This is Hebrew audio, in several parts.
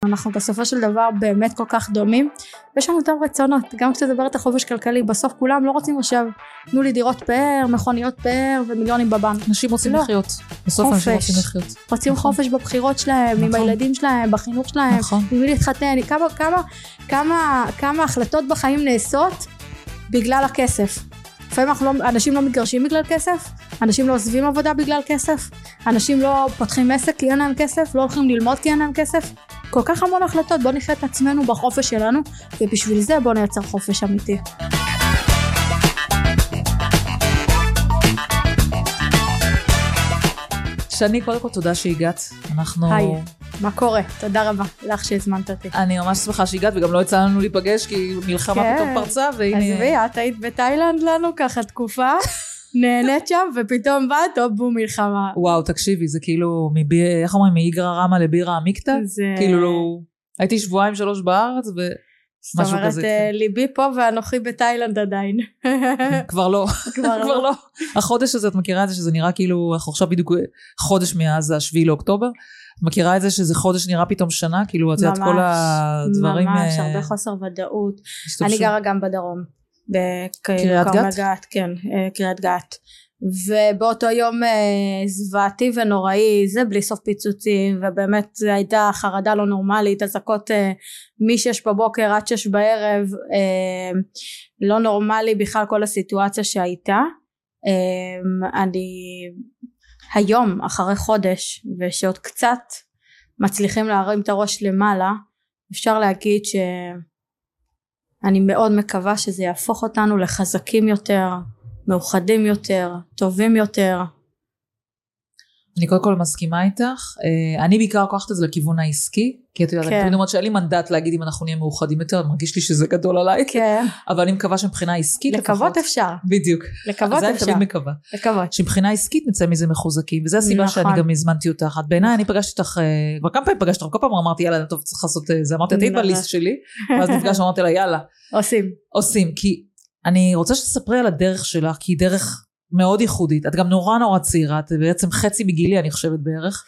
אנחנו בסופו של דבר באמת כל כך דומים, ויש לנו אותם רצונות, גם כשאתה מדברת על חופש כלכלי, בסוף כולם לא רוצים עכשיו, תנו לי דירות פאר, מכוניות פאר ומיליונים בבנק. אנשים רוצים לחיות, בסוף אנשים רוצים לחיות. רוצים חופש בבחירות שלהם, עם הילדים שלהם, בחינוך שלהם, עם מי להתחתן, כמה החלטות בחיים נעשות בגלל הכסף. לפעמים אנשים לא מתגרשים בגלל כסף, אנשים לא עוזבים עבודה בגלל כסף, אנשים לא פותחים עסק כי אין להם כסף, לא הולכים ללמוד כי אין להם כסף. כל כך המון החלטות, בוא נחיה את עצמנו בחופש שלנו, ובשביל זה בוא נייצר חופש אמיתי. שני, קודם כל תודה שהגעת. היי, מה קורה? תודה רבה לך שהזמנת אותי. אני ממש שמחה שהגעת, וגם לא יצא לנו להיפגש, כי מלחמה פתאום פרצה, והנה... אז את היית בתאילנד לנו ככה תקופה, נהנית שם, ופתאום באת, טוב בו מלחמה. וואו, תקשיבי, זה כאילו, איך אומרים, מאיגרא רמא לבירא עמיקתא? כאילו לא... הייתי 2-3 בארץ, זאת אומרת, ליבי פה ואנוכי בתאילנד עדיין. כבר לא. כבר לא. החודש הזה, את מכירה את זה שזה נראה כאילו, אנחנו עכשיו בדיוק חודש מאז 7 לאוקטובר, את מכירה את זה שזה חודש נראה פתאום שנה, כאילו את יודעת כל הדברים... ממש, הרבה חוסר ודאות. אני גרה גם בדרום. בקריית גת? כן, קריית גת. ובאותו יום זוועתי ונוראי, זה בלי סוף פיצוצים, ובאמת זה הייתה חרדה לא נורמלית, הזעקות מ-6 בבוקר עד 6 בערב, לא נורמלי בכלל כל הסיטואציה שהייתה. אני היום אחרי חודש, ושעוד קצת מצליחים להרים את הראש למעלה, אפשר להגיד שאני מאוד מקווה שזה יהפוך אותנו לחזקים יותר, מאוחדים יותר, טובים יותר. אני קודם כל מסכימה איתך, אני בעיקר לקחת את זה לכיוון העסקי, כי את יודעת, אני תמיד אומרת שאין לי מנדט להגיד אם אנחנו נהיה מאוחדים יותר, מרגיש לי שזה גדול עליי, אבל אני מקווה שמבחינה עסקית לקוות אפשר. בדיוק. לקוות אפשר. זה אני תמיד מקווה. לקוות. שמבחינה עסקית נצא מזה מחוזקים, וזה הסיבה שאני גם הזמנתי אותך. בעיניי אני פגשתי אותך, כבר כמה פעמים פגשתי אותך, כל פעם אמרתי יאללה, טוב צריך לעשות זה, אמרתי את היית בליסט שלי, ואז נפגש אמרתי לה יאללה. עושים, כי אני רוצה שתספרי על הדרך שלך, כי היא דרך מאוד ייחודית, את גם נורא צעירה, את בעצם חצי מגילי אני חושבת בערך,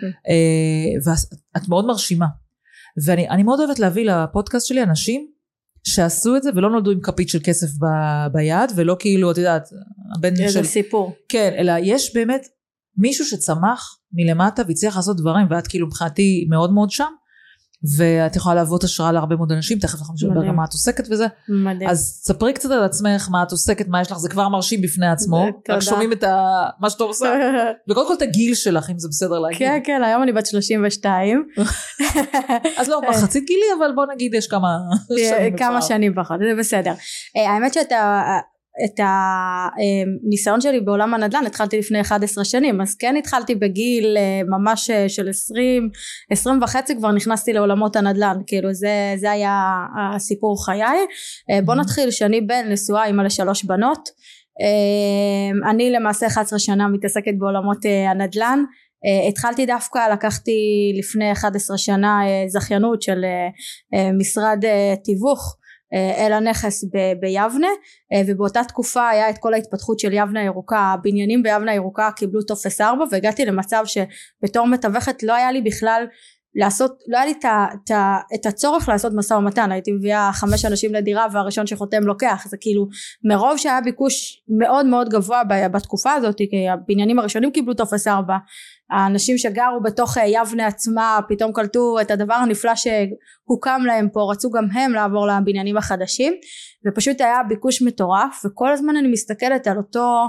ואת מאוד מרשימה, ואני מאוד אוהבת להביא לפודקאסט שלי אנשים שעשו את זה, ולא נולדו עם כפית של כסף ביד, ולא כאילו את יודעת, איזה סיפור, כן, אלא יש באמת מישהו שצמח מלמטה, והצליח לעשות דברים, ואת כאילו מבחינתי מאוד מאוד שם, ואת יכולה להוות השראה להרבה מאוד אנשים, תכף אנחנו נשאר מה את עוסקת וזה. מדהים. אז ספרי קצת על עצמך, מה את עוסקת, מה יש לך, זה כבר מרשים בפני עצמו, רק שומעים את מה שאתה עושה, וקודם כל את הגיל שלך, אם זה בסדר להגיד. כן, כן, היום אני בת 32. אז לא, מחצית גילי, אבל בוא נגיד יש כמה שנים. כמה שנים פחות, זה בסדר. האמת את הניסיון שלי בעולם הנדל"ן התחלתי לפני 11 שנים, אז כן התחלתי בגיל ממש של 20 וחצי כבר נכנסתי לעולמות הנדל"ן, כאילו זה היה הסיפור חיי. בוא נתחיל שאני בן נשואה אימא ל3 בנות, אני למעשה 11 שנה מתעסקת בעולמות הנדל"ן, התחלתי דווקא, לקחתי לפני 11 שנה זכיינות של משרד תיווך אל הנכס ביבנה, ובאותה תקופה היה את כל ההתפתחות של יבנה הירוקה, הבניינים ביבנה הירוקה קיבלו טופס 4, והגעתי למצב שבתור מתווכת לא היה לי בכלל לא היה לי את הצורך לעשות משא ומתן, הייתי מביאה 5 אנשים לדירה והראשון שחותם לוקח, זה כאילו מרוב שהיה ביקוש מאוד מאוד גבוה בתקופה הזאת, כי הבניינים הראשונים קיבלו טופס 4, האנשים שגרו בתוך יבנה עצמה פתאום קלטו את הדבר הנפלא שהוקם להם פה, רצו גם הם לעבור לבניינים החדשים, ופשוט היה ביקוש מטורף, וכל הזמן אני מסתכלת על אותו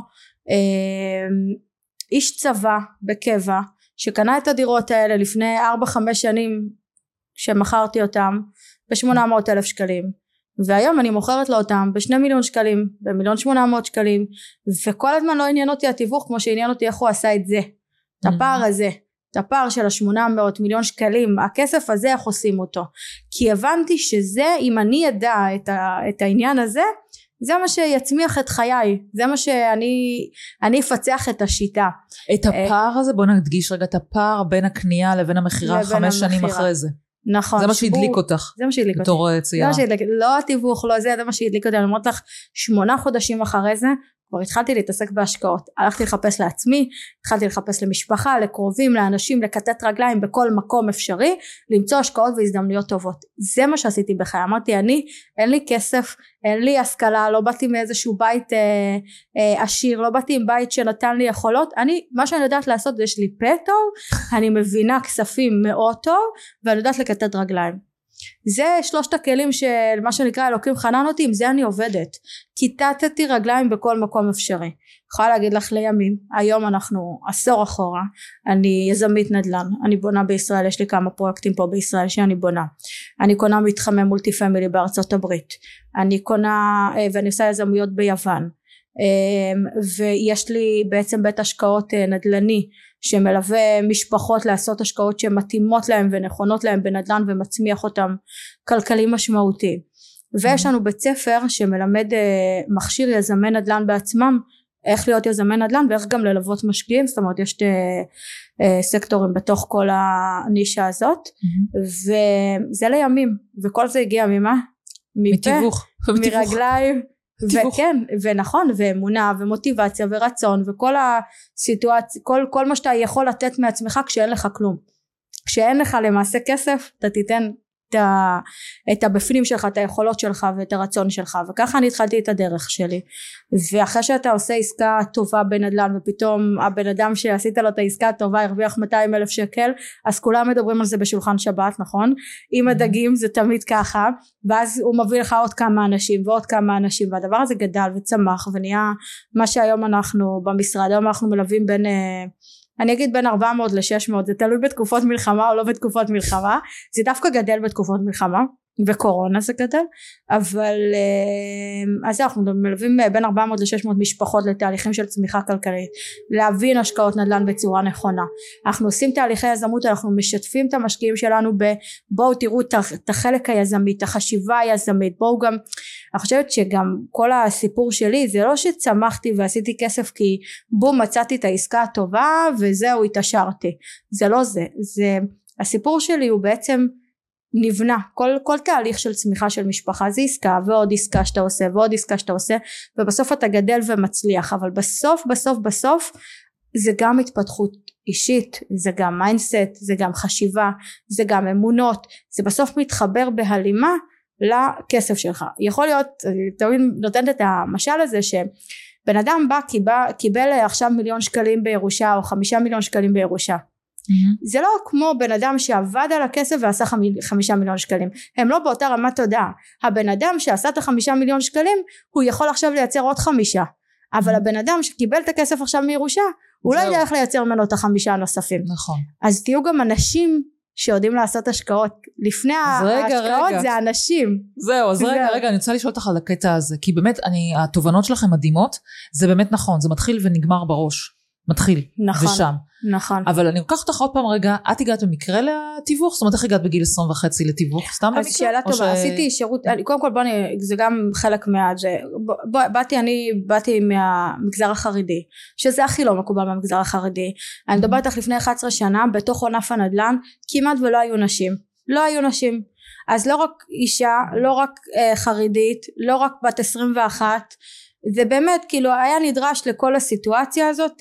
איש צבא בקבע, שקנה את הדירות האלה לפני 4-5 שנים שמכרתי אותם ב800,000 שקלים, והיום אני מוכרת לו אותם ב2 מיליון שקלים, ב1,800,000 שקלים, וכל הזמן לא עניין אותי התיווך כמו שעניין אותי איך הוא עשה את זה, את הפער הזה, את הפער של 800 מיליון שקלים, הכסף הזה איך עושים אותו, כי הבנתי שזה, אם אני ידע את העניין הזה, זה מה שיצמיח את חיי, זה מה שאני אפצח את השיטה. את הפער הזה, בוא נדגיש רגע את הפער בין הקנייה לבין המחירה 5 שנים אחרי זה. נכון. זה מה שהדליק אותך. זה מה שהדליק אותי. בתור צעירה. לא התיווך, לא זה מה שהדליק אותי, אני אומרת לך 8 חודשים אחרי זה, כבר התחלתי להתעסק בהשקעות, הלכתי לחפש לעצמי, התחלתי לחפש למשפחה, לקרובים, לאנשים, לקטט רגליים בכל מקום אפשרי, למצוא השקעות והזדמנויות טובות. זה מה שעשיתי בחיי. אמרתי, אין לי כסף, אין לי השכלה, לא באתי מאיזשהו בית עשיר, לא באתי עם בית שנתן לי יכולות, מה שאני יודעת לעשות, יש לי פה טוב, אני מבינה כספים מאוד טוב, ואני יודעת לקטט רגליים. זה 3 הכלים של מה שנקרא אלוקים חנן אותי, עם זה אני עובדת. כיתתתי רגליים בכל מקום אפשרי. יכולה להגיד לך לימים, היום אנחנו עשור אחורה, אני יזמית נדל"ן, אני בונה בישראל, יש לי כמה פרויקטים פה בישראל שאני בונה, אני קונה מתחמי מולטי פמילי בארצות הברית, אני קונה ואני עושה יזמויות ביוון, ויש לי בעצם בית השקעות נדל"ני שמלווה משפחות לעשות השקעות שמתאימות להם ונכונות להם בנדל"ן ומצמיח אותם כלכלי משמעותי. ויש לנו בית ספר שמלמד מכשיר יזמי נדל"ן בעצמם איך להיות יזמי נדל"ן ואיך גם ללוות משקיעים, זאת אומרת יש סקטורים בתוך כל הנישה הזאת, וזה לימים, וכל זה הגיע ממה? מתיווך, מרגליים, וכן, ונכון, ואמונה ומוטיבציה ורצון וכל הסיטואציה, כל מה שאתה יכול לתת מעצמך כשאין לך כלום. כשאין לך למעשה כסף, אתה תיתן את הבפנים שלך, את היכולות שלך ואת הרצון שלך, וככה אני התחלתי את הדרך שלי. ואחרי שאתה עושה עסקה טובה בנדל"ן ופתאום הבן אדם שעשית לו את העסקה הטובה הרוויח 200,000 שקל, אז כולם מדברים על זה בשולחן שבת, נכון? עם הדגים זה תמיד ככה, ואז הוא מביא לך עוד כמה אנשים ועוד כמה אנשים, והדבר הזה גדל וצמח ונהיה מה שהיום אנחנו במשרד. היום אנחנו מלווים אני אגיד בין 400 ל-600, זה תלוי בתקופות מלחמה או לא בתקופות מלחמה, זה דווקא גדל בתקופות מלחמה, וקורונה זה גדל, אבל אז אנחנו מלווים בין 400 ל-600 משפחות לתהליכים של צמיחה כלכלית, להבין השקעות נדל"ן בצורה נכונה. אנחנו עושים תהליכי יזמות, אנחנו משתפים את המשקיעים שלנו בואו תראו את החלק היזמי, את החשיבה היזמית, בואו גם, אני חושבת שגם כל הסיפור שלי זה לא שצמחתי ועשיתי כסף כי בום מצאתי את העסקה הטובה וזהו התעשרתי, זה לא זה, הסיפור שלי הוא בעצם נבנה, כל תהליך של צמיחה של משפחה זה עסקה ועוד עסקה שאתה עושה ועוד עסקה שאתה עושה, ובסוף אתה גדל ומצליח, אבל בסוף זה גם התפתחות אישית, זה גם מיינדסט, זה גם חשיבה, זה גם אמונות, זה בסוף מתחבר בהלימה לכסף שלך. יכול להיות, תמיד נותנת את המשל הזה שבן אדם קיבל עכשיו 1,000,000 שקלים בירושה או 5 מיליון שקלים בירושה, זה לא כמו בן אדם שעבד על הכסף ועשה 5 מיליון שקלים, הם לא באותה רמת תודעה. הבן אדם שעשה את 5 מיליון שקלים הוא יכול עכשיו לייצר עוד 5, אבל הבן אדם שקיבל את הכסף עכשיו מירושה הוא לא יודע איך לייצר ממנו את 5 הנוספים. נכון. אז תהיו גם אנשים שיודעים לעשות השקעות, לפני ההשקעות זה אנשים. זהו, אז רגע, אני רוצה לשאול אותך על הקטע הזה, כי באמת התובנות שלכם מדהימות, זה באמת נכון, זה מתחיל ונגמר בראש, מתחיל, נכון, ושם. נכון. אבל אני לוקח אותך עוד פעם רגע, את הגעת במקרה לתיווך? זאת אומרת, איך הגעת בגיל 20.5 לתיווך? סתם במקרה? אז שאלה טובה, עשיתי שירות, קודם כל זה גם חלק באתי מהמגזר החרדי, שזה הכי לא מקובל במגזר החרדי. אני מדברת לך לפני 11 שנה, בתוך ענף הנדל"ן, כמעט ולא היו נשים. אז לא רק אישה, לא רק חרדית, לא רק בת 21, זה באמת כאילו היה נדרש לכל הסיטואציה הזאת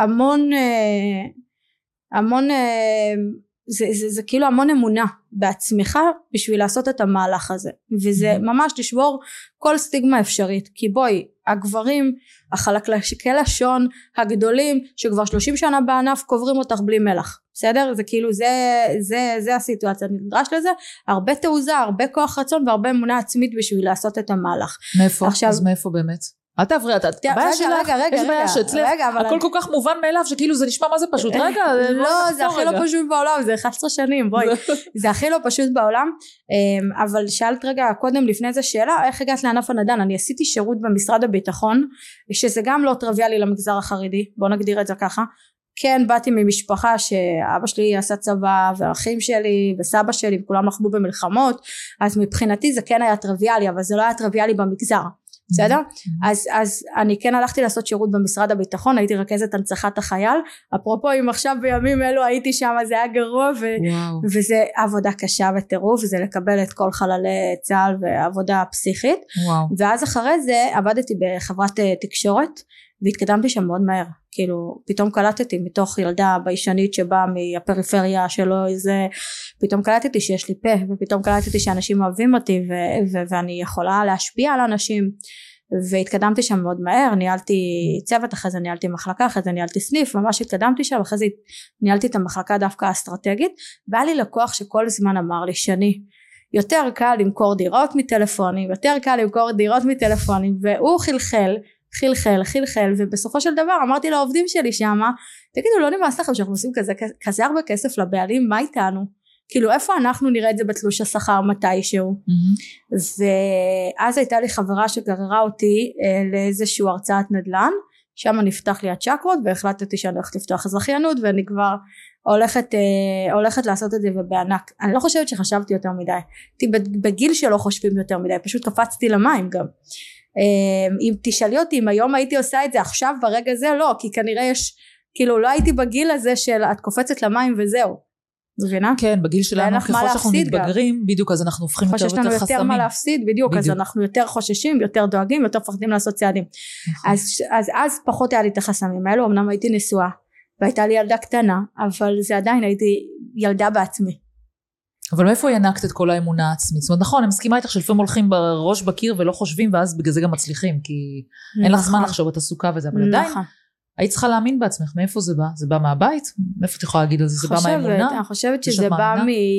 המון זה כאילו המון אמונה בעצמך בשביל לעשות את המהלך הזה, וזה ממש לשבור כל סטיגמה אפשרית. כי בואי, הגברים החלקלקי לשון הגדולים שכבר 30 שנה בענף קוברים אותך בלי מלח, בסדר? זה כאילו זה הסיטואציה, נדרש לזה הרבה תעוזה, הרבה כוח רצון והרבה אמונה עצמית בשביל לעשות את המהלך. מאיפה? אז מאיפה באמת? אל תעברי, הבעיה שלך, יש בעיה שאצלך, הכל כל כך מובן מאליו שכאילו זה נשמע מה זה פשוט, רגע, לא, זה הכי לא פשוט בעולם, זה 11 שנים, בואי, זה הכי לא פשוט בעולם. אבל שאלת רגע קודם לפני זה שאלה, איך הגעת לענף הנדל"ן? אני עשיתי שירות במשרד הביטחון, שזה גם לא טריוויאלי למגזר החרדי, בוא נגדיר את זה ככה. כן, באתי ממשפחה שאבא שלי עשה צבא והאחים שלי וסבא שלי וכולם לחמו במלחמות, אז מבחינתי זה כן היה טריוויאלי, אבל זה לא היה טריוויאלי במגזר. בסדר? אז אני כן הלכתי לעשות שירות במשרד הביטחון, הייתי רכזת הנצחת החייל, אפרופו אם עכשיו בימים אלו הייתי שם, זה היה גרוע, וזה עבודה קשה וטירוף, זה לקבל את כל חללי צה"ל ועבודה פסיכית, ואז אחרי זה עבדתי בחברת תקשורת, והתקדמתי שם מאוד מהר, כאילו פתאום קלטתי מתוך ילדה ביישנית שבאה מהפריפריה שלו, פתאום קלטתי שיש לי פה, ופתאום קלטתי שאנשים אוהבים אותי, ואני יכולה להשפיע על אנשים, והתקדמתי שם מאוד מהר, ניהלתי צוות, אחרי זה ניהלתי מחלקה, אחרי זה ניהלתי סניף, ממש התקדמתי שם, אחרי זה ניהלתי את המחלקה דווקא האסטרטגית, והיה לי לקוח שכל הזמן אמר לי שני, יותר קל למכור דירות מטלפונים, יותר קל למכור דירות מטלפונים, והוא חלחל, ובסופו של דבר אמרתי לעובדים שלי שמה, תגידו, לא נמאס לכם שאנחנו עושים כזה הרבה כסף לבעלים, מה איתנו? כאילו איפה אנחנו נראה את זה בתלוש השכר מתישהו? ואז הייתה לי חברה שגררה אותי לאיזשהו הרצאת נדל"ן, שם נפתח לי הצ'קרות, והחלטתי שאני הולכת לפתוח אזרחיינות, ואני כבר הולכת לעשות את זה ובענק. אני לא חושבת שחשבתי יותר מדי, הייתי בגיל שלא חושבים יותר מדי, פשוט קפצתי למים גם. אם תשאלי אותי אם היום הייתי עושה את זה עכשיו ברגע זה, לא, כי כנראה יש, כאילו לא הייתי בגיל הזה של את קופצת למים וזהו, מבינה? כן, בגיל שלנו ככל שאנחנו מתבגרים, בדיוק, אז אנחנו הופכים יותר ויותר חסמים. יותר מה להפסיד, בדיוק, אז אנחנו יותר חוששים, יותר דואגים, יותר פחדים לעשות צעדים. אז פחות היה לי את החסמים האלו, אמנם הייתי נשואה, והייתה לי ילדה קטנה, אבל זה עדיין הייתי ילדה בעצמי. אבל מאיפה ינקת את כל האמונה העצמית? זאת אומרת, נכון, אני מסכימה איתך שלפעמים הולכים בראש בקיר ולא חושבים, ואז בגלל זה גם מצליחים, כי אין לך זמן לחשוב, את עסוקה וזה, אבל עדיין, היית צריכה להאמין בעצמך, מאיפה זה בא? זה בא מהבית? מאיפה את יכולה להגיד על זה? זה בא מהאמונה? אני חושבת שזה בא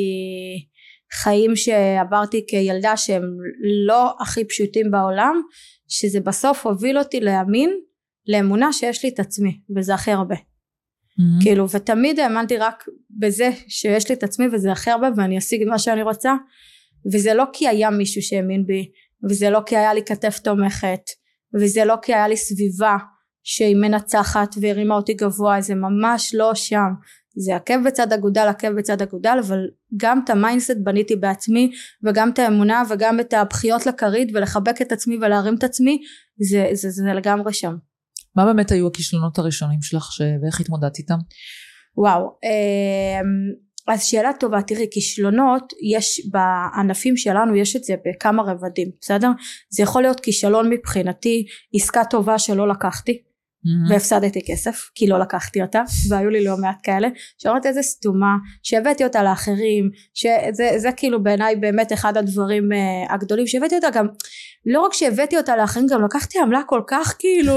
מחיים שעברתי כילדה שהם לא הכי פשוטים בעולם, שזה בסוף הוביל אותי להאמין, לאמונה שיש לי את עצמי, וזה הכי הרבה. כאילו, ותמיד האמנתי רק בזה שיש לי את עצמי וזה הכי הרבה ואני אשיג מה שאני רוצה, וזה לא כי היה מישהו שהאמין בי, וזה לא כי היה לי כתף תומכת, וזה לא כי היה לי סביבה שהיא מנצחת והרימה אותי גבוה, זה ממש לא שם, זה עקב בצד אגודל, אבל גם את המיינדסט בניתי בעצמי, וגם את האמונה וגם את הבחיות לכרית ולחבק את עצמי ולהרים את עצמי, זה לגמרי שם. מה באמת היו הכישלונות הראשונים שלך ואיך התמודדת איתם? וואו, אז שאלה טובה, תראי, כישלונות יש בענפים שלנו, יש את זה בכמה רבדים, בסדר? זה יכול להיות כישלון מבחינתי, עסקה טובה שלא לקחתי, והפסדתי כסף, כי לא לקחתי אותה, והיו לי לא מעט כאלה, שאומרת איזה סתומה, שהבאתי אותה לאחרים, שזה כאילו בעיניי באמת אחד הדברים הגדולים, שהבאתי אותה גם, לא רק שהבאתי אותה לאחרים, גם לקחתי עמלה כל כך כאילו,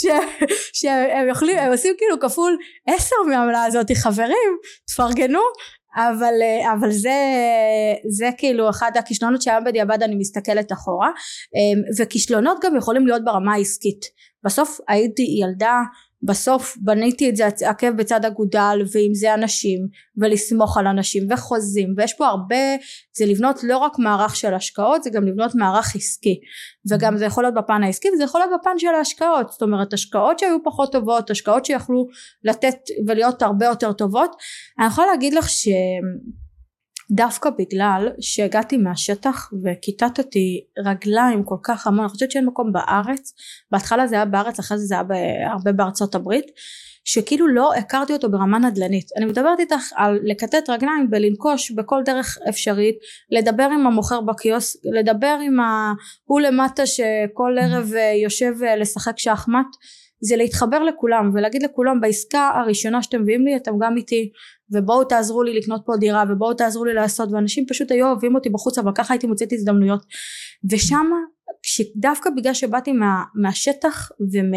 שהם יכולים, הם עושים כאילו כפול 10 מהעמלה הזאת, חברים, תפרגנו, אבל זה כאילו אחד הכישלונות שהיום בדיעבד אני מסתכלת אחורה, וכישלונות גם יכולים להיות ברמה העסקית. בסוף הייתי ילדה, בסוף בניתי את זה עקב בצד אגודל, ועם זה אנשים, ולסמוך על אנשים וחוזים, ויש פה הרבה, זה לבנות לא רק מערך של השקעות, זה גם לבנות מערך עסקי, וגם זה יכול להיות בפן העסקי, וזה יכול להיות בפן של ההשקעות, זאת אומרת השקעות שהיו פחות טובות, השקעות שיכלו לתת ולהיות הרבה יותר טובות. אני יכולה להגיד לך דווקא בגלל שהגעתי מהשטח וכיתתתי רגליים כל כך המון, אני חושבת שאין מקום בארץ, בהתחלה זה היה בארץ, אחרי זה היה הרבה בארצות הברית, שכאילו לא הכרתי אותו ברמה נדל"נית. אני מדברת איתך על לקטט רגליים ולנקוש בכל דרך אפשרית, לדבר עם המוכר בקיוסק, לדבר עם הוא למטה שכל ערב יושב לשחק שחמט, זה להתחבר לכולם ולהגיד לכולם בעסקה הראשונה שאתם מביאים לי אתם גם איתי, ובואו תעזרו לי לקנות פה דירה, ובואו תעזרו לי לעשות, ואנשים פשוט היו אוהבים אותי בחוץ, אבל ככה הייתי מוצאת הזדמנויות. ושם דווקא בגלל שבאתי מהשטח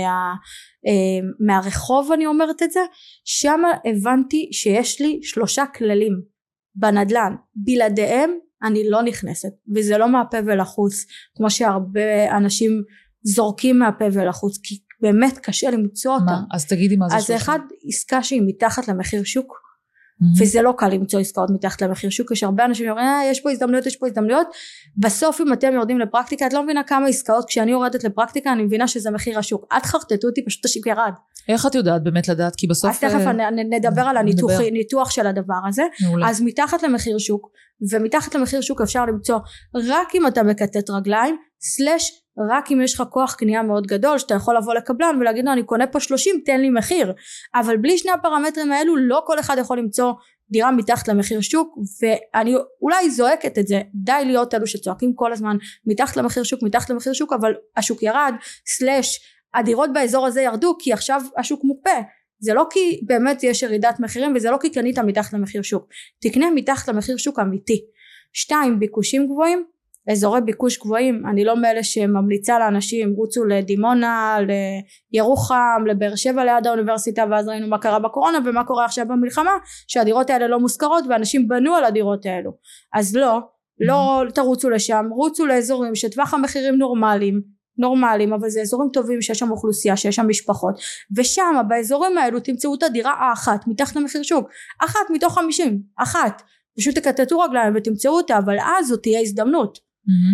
מהרחוב, אני אומרת את זה, שם הבנתי שיש לי 3 כללים בנדל"ן, בלעדיהם אני לא נכנסת, וזה לא מהפה ולחוץ, כמו שהרבה אנשים זורקים מהפה ולחוץ, כי באמת קשה למצוא אותם. אז תגידי מה זה 3. אז אחד, עסקה שהיא מתחת למחיר שוק, וזה לא קל למצוא עסקאות מתחת למחיר שוק, יש הרבה אנשים שאומרים יש פה הזדמנויות, בסוף אם אתם יורדים לפרקטיקה, את לא מבינה כמה עסקאות, כשאני יורדת לפרקטיקה אני מבינה שזה מחיר השוק, את חרטטו אותי, פשוט השוק ירד. איך את יודעת באמת לדעת? כי בסוף... אז תכף נדבר על הניתוח של הדבר הזה. אז מתחת למחיר שוק, ומתחת למחיר שוק אפשר למצוא רק אם אתה מקטט רגליים, רק אם יש לך כוח קנייה מאוד גדול, שאתה יכול לבוא לקבלן ולהגיד לו אני קונה פה 30 תן לי מחיר, אבל בלי שני הפרמטרים האלו לא כל אחד יכול למצוא דירה מתחת למחיר שוק, ואני אולי זועקת את זה, די להיות אלו שצועקים כל הזמן מתחת למחיר שוק, מתחת למחיר שוק, אבל השוק ירד, הדירות באזור הזה ירדו כי עכשיו השוק מוקפא, זה לא כי באמת יש ירידת מחירים, וזה לא כי קנית מתחת למחיר שוק, תקנה מתחת למחיר שוק אמיתי. 2 ביקושים גבוהים, אזורי ביקוש גבוהים, אני לא מאלה שממליצה לאנשים רוצו לדימונה, לירוחם, לבאר שבע ליד האוניברסיטה, ואז ראינו מה קרה בקורונה ומה קורה עכשיו במלחמה, שהדירות האלה לא מושכרות ואנשים בנו על הדירות האלו, אז לא תרוצו לשם, רוצו לאזורים שטווח המחירים נורמליים, אבל זה אזורים טובים שיש שם אוכלוסייה, שיש שם משפחות, ושם באזורים האלו תמצאו את הדירה האחת מתחת למחיר שוק, 1 מתוך 50, פשוט תקטטו רגליים ותמצאו אותה, אבל אז זאת תהיה הזדמנות.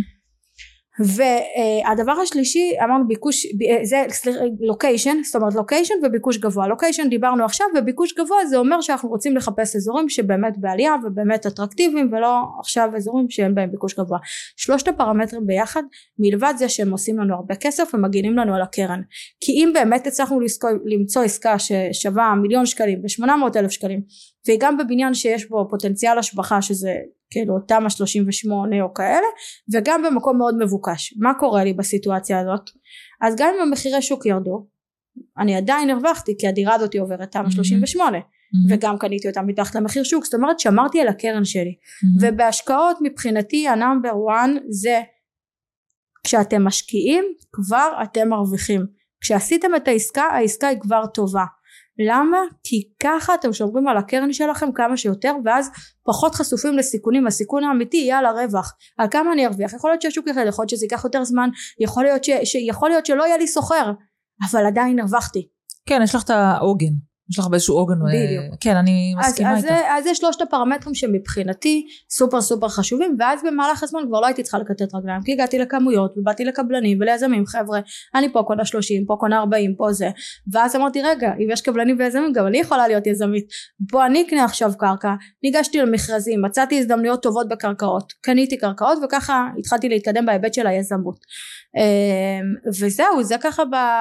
והדבר השלישי אמרנו ביקוש, זה לוקיישן, זאת אומרת לוקיישן וביקוש גבוה. לוקיישן דיברנו עכשיו, וביקוש גבוה זה אומר שאנחנו רוצים לחפש אזורים שבאמת בעלייה ובאמת אטרקטיביים, ולא עכשיו אזורים שאין בהם ביקוש גבוה. 3 הפרמטרים ביחד, מלבד זה שהם עושים לנו הרבה כסף ומגינים לנו על הקרן, כי אם באמת הצלחנו למצוא עסקה ששווה 1,000,000 שקלים ו800,000 שקלים, וגם בבניין שיש בו פוטנציאל השבחה שזה כאילו תמ"א 38 או כאלה, וגם במקום מאוד מבוקש. מה קורה לי בסיטואציה הזאת? אז גם אם המחירי שוק ירדו, אני עדיין הרווחתי, כי הדירה הזאת עוברת תמ"א 38, וגם קניתי אותה מתחת למחיר שוק, זאת אומרת שמרתי על הקרן שלי. ובהשקעות מבחינתי הנאמבר 1 זה כשאתם משקיעים כבר אתם מרוויחים, כשעשיתם את העסקה היא כבר טובה. למה? כי ככה אתם שומרים על הקרן שלכם כמה שיותר, ואז פחות חשופים לסיכונים. הסיכון האמיתי יהיה על הרווח, על כמה אני ארוויח. יכול להיות שהשוק יחד, יכול להיות שזה ייקח יותר זמן, יכול להיות שלא יהיה לי סוחר, אבל עדיין הרווחתי. כן, יש לך את העוגן, יש לך באיזשהו עוגן. בדיוק. כן, אני מסכימה איתך. אז זה 3 הפרמטרים שמבחינתי סופר סופר חשובים, ואז במהלך הזמן כבר לא הייתי צריכה לקטט רגליים, כי הגעתי לכמויות ובאתי לקבלנים וליזמים, חבר'ה אני פה קונה 30, פה קונה 40, פה זה, ואז אמרתי רגע, אם יש קבלנים ויזמים גם אני יכולה להיות יזמית, בוא אני אקנה עכשיו קרקע, ניגשתי למכרזים, מצאתי הזדמנויות טובות בקרקעות, קניתי קרקעות, וככה התחלתי להתקדם בהיבט של היזמות. וזהו, זה ככה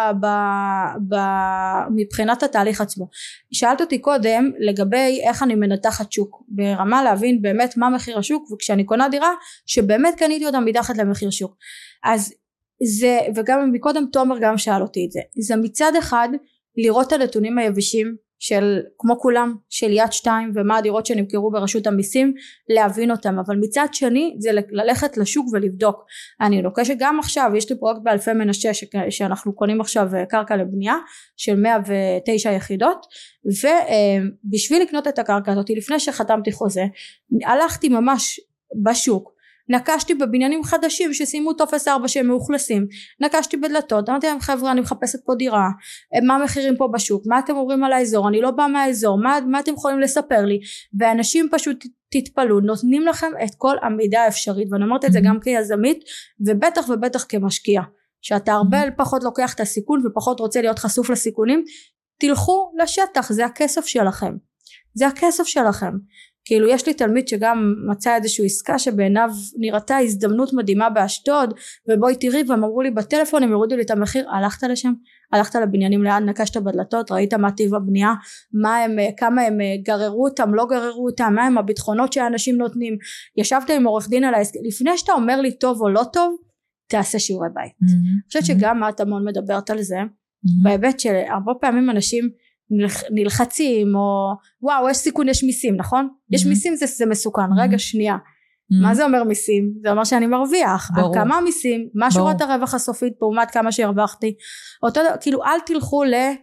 מבחינת התהליך עצמו. שאלת אותי קודם לגבי איך אני מנתחת שוק, ברמה להבין באמת מה מחיר השוק, וכשאני קונה דירה שבאמת קניתי אותה מתחת למחיר שוק, אז זה, וגם מקודם תומר גם שאל אותי את זה, זה מצד אחד לראות את הנתונים היבשים של כמו כולם של יד 2 ומה הדירות שנמכרו ברשות המיסים, להבין אותם, אבל מצד שני זה ללכת לשוק ולבדוק. אני לוקשת גם עכשיו, יש לי פרויקט באלפי מנשה שאנחנו קונים עכשיו קרקע לבנייה של 109 יחידות, ובשביל לקנות את הקרקע הזאת לפני שחתמתי חוזה הלכתי ממש בשוק, נקשתי בבניינים חדשים שסיימו טופס 4 שהם מאוכלסים, נקשתי בדלתות, אמרתי להם חבר'ה אני מחפשת פה דירה, מה המחירים פה בשוק, מה אתם אומרים על האזור, אני לא באה מהאזור, מה אתם יכולים לספר לי, ואנשים פשוט תתפלו, נותנים לכם את כל המידע האפשרית, ואני אומרת את זה גם כיזמית ובטח כמשקיע, שאתה הרבה פחות לוקח את הסיכון ופחות רוצה להיות חשוף לסיכונים, תלכו לשטח, זה הכסף שלכם, זה הכסף שלכם. כאילו יש לי תלמיד שגם מצא איזושהי עסקה שבעיניו נראתה הזדמנות מדהימה באשדוד, ובואי תראי, והם אמרו לי בטלפון, הם יורידו לי את המחיר, הלכת לשם, הלכת לבניינים ליד, נקשת בדלתות, ראית מה טיב הבנייה, כמה הם גררו אותם, לא גררו אותם, מה הם הביטחונות שהאנשים נותנים, ישבת עם עורך דין על העסק, לפני שאתה אומר לי טוב או לא טוב, תעשה שיעורי בית. אני חושבת שגם את המון מדברת על זה, בהיבט שהרבה פעמים אנשים נלחצים או וואו יש סיכון, יש מיסים, נכון? יש מיסים, זה מסוכן. רגע שנייה, מה זה אומר מיסים? זה אומר שאני מרוויח. על כמה מיסים, מה שורת הרווח הסופית לעומת כמה שהרווחתי, כאילו אל תלכו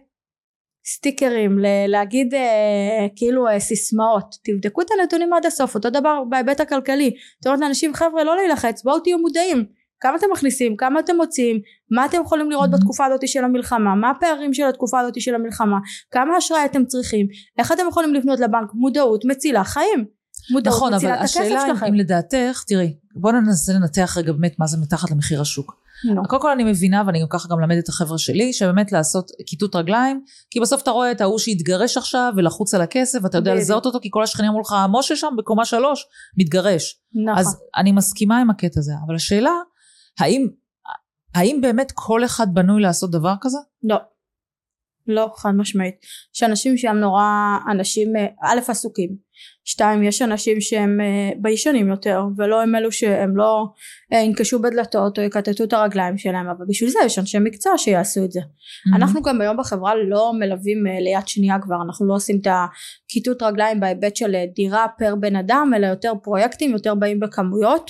לסטיקרים, להגיד כאילו סיסמאות, תבדקו את הנתונים עד הסוף. אותו דבר בהיבט הכלכלי, זאת אומרת לאנשים חבר'ה לא להילחץ, בואו תהיו מודעים כמה אתם מכניסים, כמה אתם מוצאים, מה אתם יכולים לראות בתקופה הזאת של המלחמה, מה הפערים של התקופה הזאת של המלחמה, כמה אשראי אתם צריכים, איך אתם יכולים לפנות לבנק, מודעות מצילה חיים, מודעות נכון, מצילה את הכסף שלכם. נכון, אבל השאלה אם לדעתך, תראי, בוא ננסה לנתח רגע באמת מה זה מתחת למחיר השוק. קודם כל אני מבינה, ואני גם ככה גם למד את החבר'ה שלי, שבאמת לעשות כיתות רגליים, כי בסוף אתה רואה את ההוא שהתגרש עכשיו, ולחוץ על הכסף, ואתה יודע לזהות אותו, כי כל השכנים אמרו לך, משה שם בקומה 3, מתגרש. אז אני מסכימה עם הקטע הזה, אבל השאלה, האם האם באמת כל אחד בנוי לעשות דבר כזה? לא. לא, חד משמעית. יש אנשים שהם נורא, אנשים א' עסוקים, 2 יש אנשים שהם ביישנים יותר, ולא הם אלו שהם לא ינקשו בדלתות או יקטטו את הרגליים שלהם, אבל בשביל זה יש אנשי מקצוע שיעשו את זה. אנחנו גם היום בחברה לא מלווים ליד שנייה כבר, אנחנו לא עושים את הכיתות רגליים בהיבט של דירה פר בן אדם, אלא יותר פרויקטים, יותר באים בכמויות,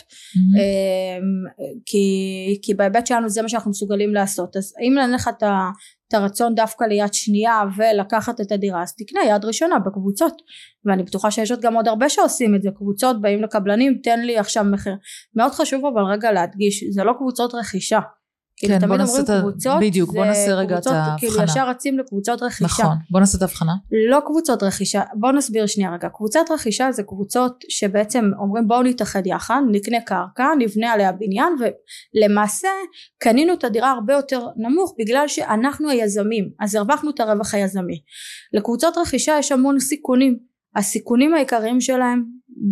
כי בהיבט שלנו זה מה שאנחנו מסוגלים לעשות. אז אם אין לך את הרצון דווקא ליד שנייה ולקחת את הדירה, אז תקנה יד ראשונה בקבוצות, ואני בטוחה שיש עוד גם עוד הרבה שעושים את זה, קבוצות באים לקבלנים, תן לי עכשיו מחיר. מאוד חשוב אבל רגע להדגיש, זה לא קבוצות רכישה, כן, תמיד אומרים קבוצות, בדיוק, בוא נעשה רגע את ההבחנה. כאילו ישר רצים לקבוצות רכישה. נכון, בוא נעשה את ההבחנה. לא קבוצות רכישה, בוא נסביר שנייה רגע. קבוצת רכישה זה קבוצות שבעצם אומרים בואו נתאחד יחד, נקנה קרקע, נבנה עליה בניין, ולמעשה קנינו את הדירה הרבה יותר נמוך, בגלל שאנחנו היזמים, אז הרווחנו את הרווח היזמי. לקבוצות רכישה יש המון סיכונים, הסיכונים העיקריים שלהם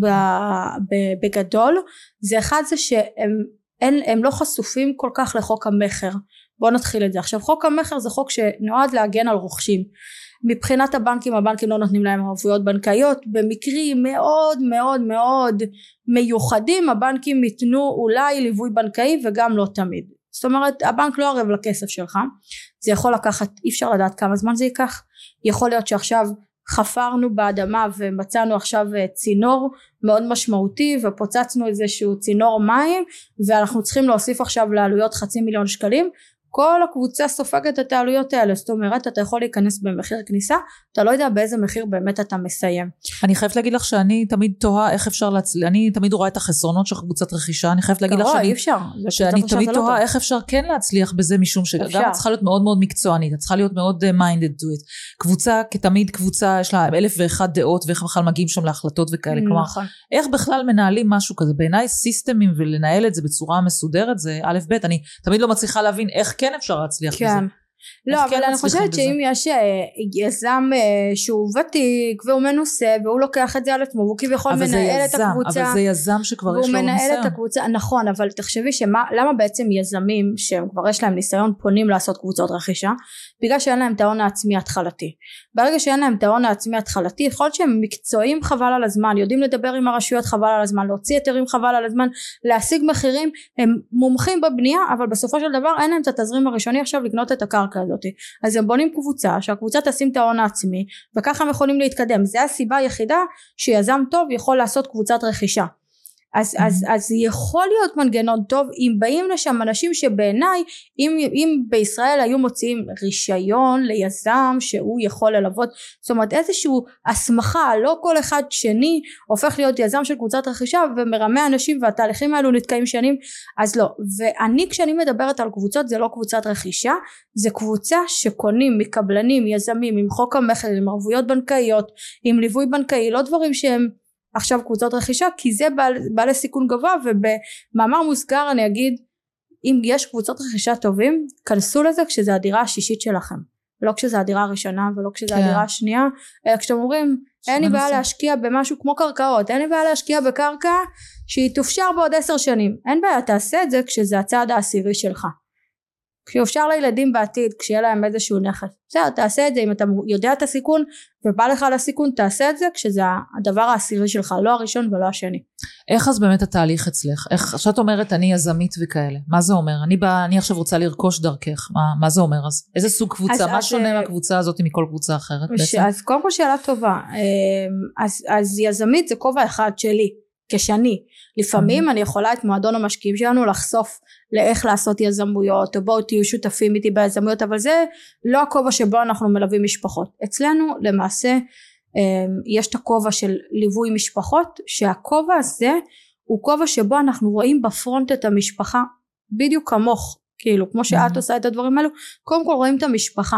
בגדול, זה אחד זה שהם הם לא חשופים כל כך לחוק המחר. בואו נתחיל את זה. עכשיו חוק המחר זה חוק שנועד להגן על רוכשים. מבחינת הבנקים לא נותנים להם ערבויות בנקאיות, במקרים מאוד מאוד מאוד מיוחדים הבנקים ייתנו אולי ליווי בנקאי וגם לא תמיד. זאת אומרת הבנק לא ערב לכסף שלך, זה יכול לקחת, אי אפשר לדעת כמה זמן זה ייקח, יכול להיות שעכשיו חפרנו באדמה ומצאנו עכשיו צינור מאוד משמעותי ופוצצנו איזשהו צינור מים ואנחנו צריכים להוסיף עכשיו לעלויות 500,000 שקלים, כל הקבוצה סופגת את העלויות האלה, זאת אומרת אתה יכול להיכנס במחיר כניסה, אתה לא יודע באיזה מחיר באמת אתה מסיים. אני חייבת להגיד לך שאני תמיד תוהה איך אפשר להצליח, אני תמיד רואה את החסרונות של קבוצת רכישה, אני חייבת להגיד לך שאני תמיד תוהה איך אפשר כן להצליח בזה, משום שגם את צריכה להיות מאוד מאוד מקצוענית, את צריכה להיות מאוד minded to it, קבוצה כתמיד קבוצה יש לה 1,001 דעות ואיך בכלל מגיעים שם להחלטות וכאלה, כלומר איך בכלל מנהלים משהו כזה, בעיניי סיסטמים ולנהל את זה בצורה מסודרת זה א' ב', אני תמיד לא מצליחה להבין איך כן אפשר להצליח בזה. לא, אבל אני חושבת שאם יש יזם שהוא ותיק והוא מנוסה והוא לוקח את זה על עצמו והוא כביכול מנהל את הקבוצה, אבל זה יזם שכבר יש לו ניסיון. והוא מנהל את הקבוצה, נכון, אבל תחשבי למה בעצם יזמים שהם כבר יש להם ניסיון פונים לעשות קבוצות רכישה, בגלל שאין להם את ההון העצמי התחלתי. ברגע שאין להם את ההון העצמי התחלתי, יכול להיות שהם מקצועיים חבל על הזמן, יודעים לדבר עם הרשויות חבל על הזמן, להוציא היתרים חבל על הזמן, להשיג מחירים, הם מומחים בבנייה, אבל בסופו של דבר אין להם את התזרים הראשוני עכשיו לקנות את הקרקע הזאת. אז הם בונים קבוצה, שהקבוצה תשים את ההון העצמי, וככה הם יכולים להתקדם. זה הסיבה היחידה שיזם טוב יכול לעשות קבוצת רכישה. אז יכול להיות מנגנון טוב אם באים לשם אנשים שבעיניי אם בישראל היו מוציאים רישיון ליזם שהוא יכול ללוות, זאת אומרת איזשהו הסמכה, לא כל אחד שני הופך להיות יזם של קבוצת רכישה ומרמה אנשים והתהליכים האלו נתקעים שנים, אז לא. ואני כשאני מדברת על קבוצות זה לא קבוצת רכישה, זה קבוצה שקונים מקבלנים, יזמים עם חוק המחר, עם ערבויות בנקאיות, עם ליווי בנקאי, לא דברים שהם עכשיו קבוצות רכישה, כי זה בעלי סיכון גבוה. ובמאמר מוסגר אני אגיד, אם יש קבוצות רכישה טובים, כנסו לזה כשזה הדירה השישית שלכם, לא כשזה הדירה הראשונה ולא כשזה הדירה השנייה, אלא כשאתם אומרים אין לי בעיה להשקיע במשהו כמו קרקעות, אין לי בעיה להשקיע בקרקע שהיא תופשר בעוד 10 שנים, אין בעיה, תעשה את זה כשזה הצעד העשירי שלך, כשיופשר לילדים בעתיד, כשיהיה להם איזשהו נכס, בסדר, תעשה את זה, אם אתה יודע את הסיכון ובא לך לסיכון, תעשה את זה כשזה הדבר העשירי שלך, לא הראשון ולא השני. איך אז באמת התהליך אצלך? איך, שאת אומרת אני יזמית וכאלה, מה זה אומר? אני עכשיו רוצה לרכוש דרכך, מה זה אומר אז? איזה סוג קבוצה? מה שונה מהקבוצה הזאת מכל קבוצה אחרת בעצם? אז קודם כל שאלה טובה, אז יזמית זה כובע אחד שלי, כשני, לפעמים אני יכולה את מועדון המשקיעים שלנו לחשוף לאיך לעשות יזמויות, או בואו תהיו שותפים איתי ביזמויות, אבל זה לא הכובע שבו אנחנו מלווים משפחות. אצלנו למעשה יש את הכובע של ליווי משפחות, שהכובע הזה הוא כובע שבו אנחנו רואים בפרונט את המשפחה, בדיוק כמוך, כאילו כמו שאת עושה את הדברים האלו, קודם כל רואים את המשפחה,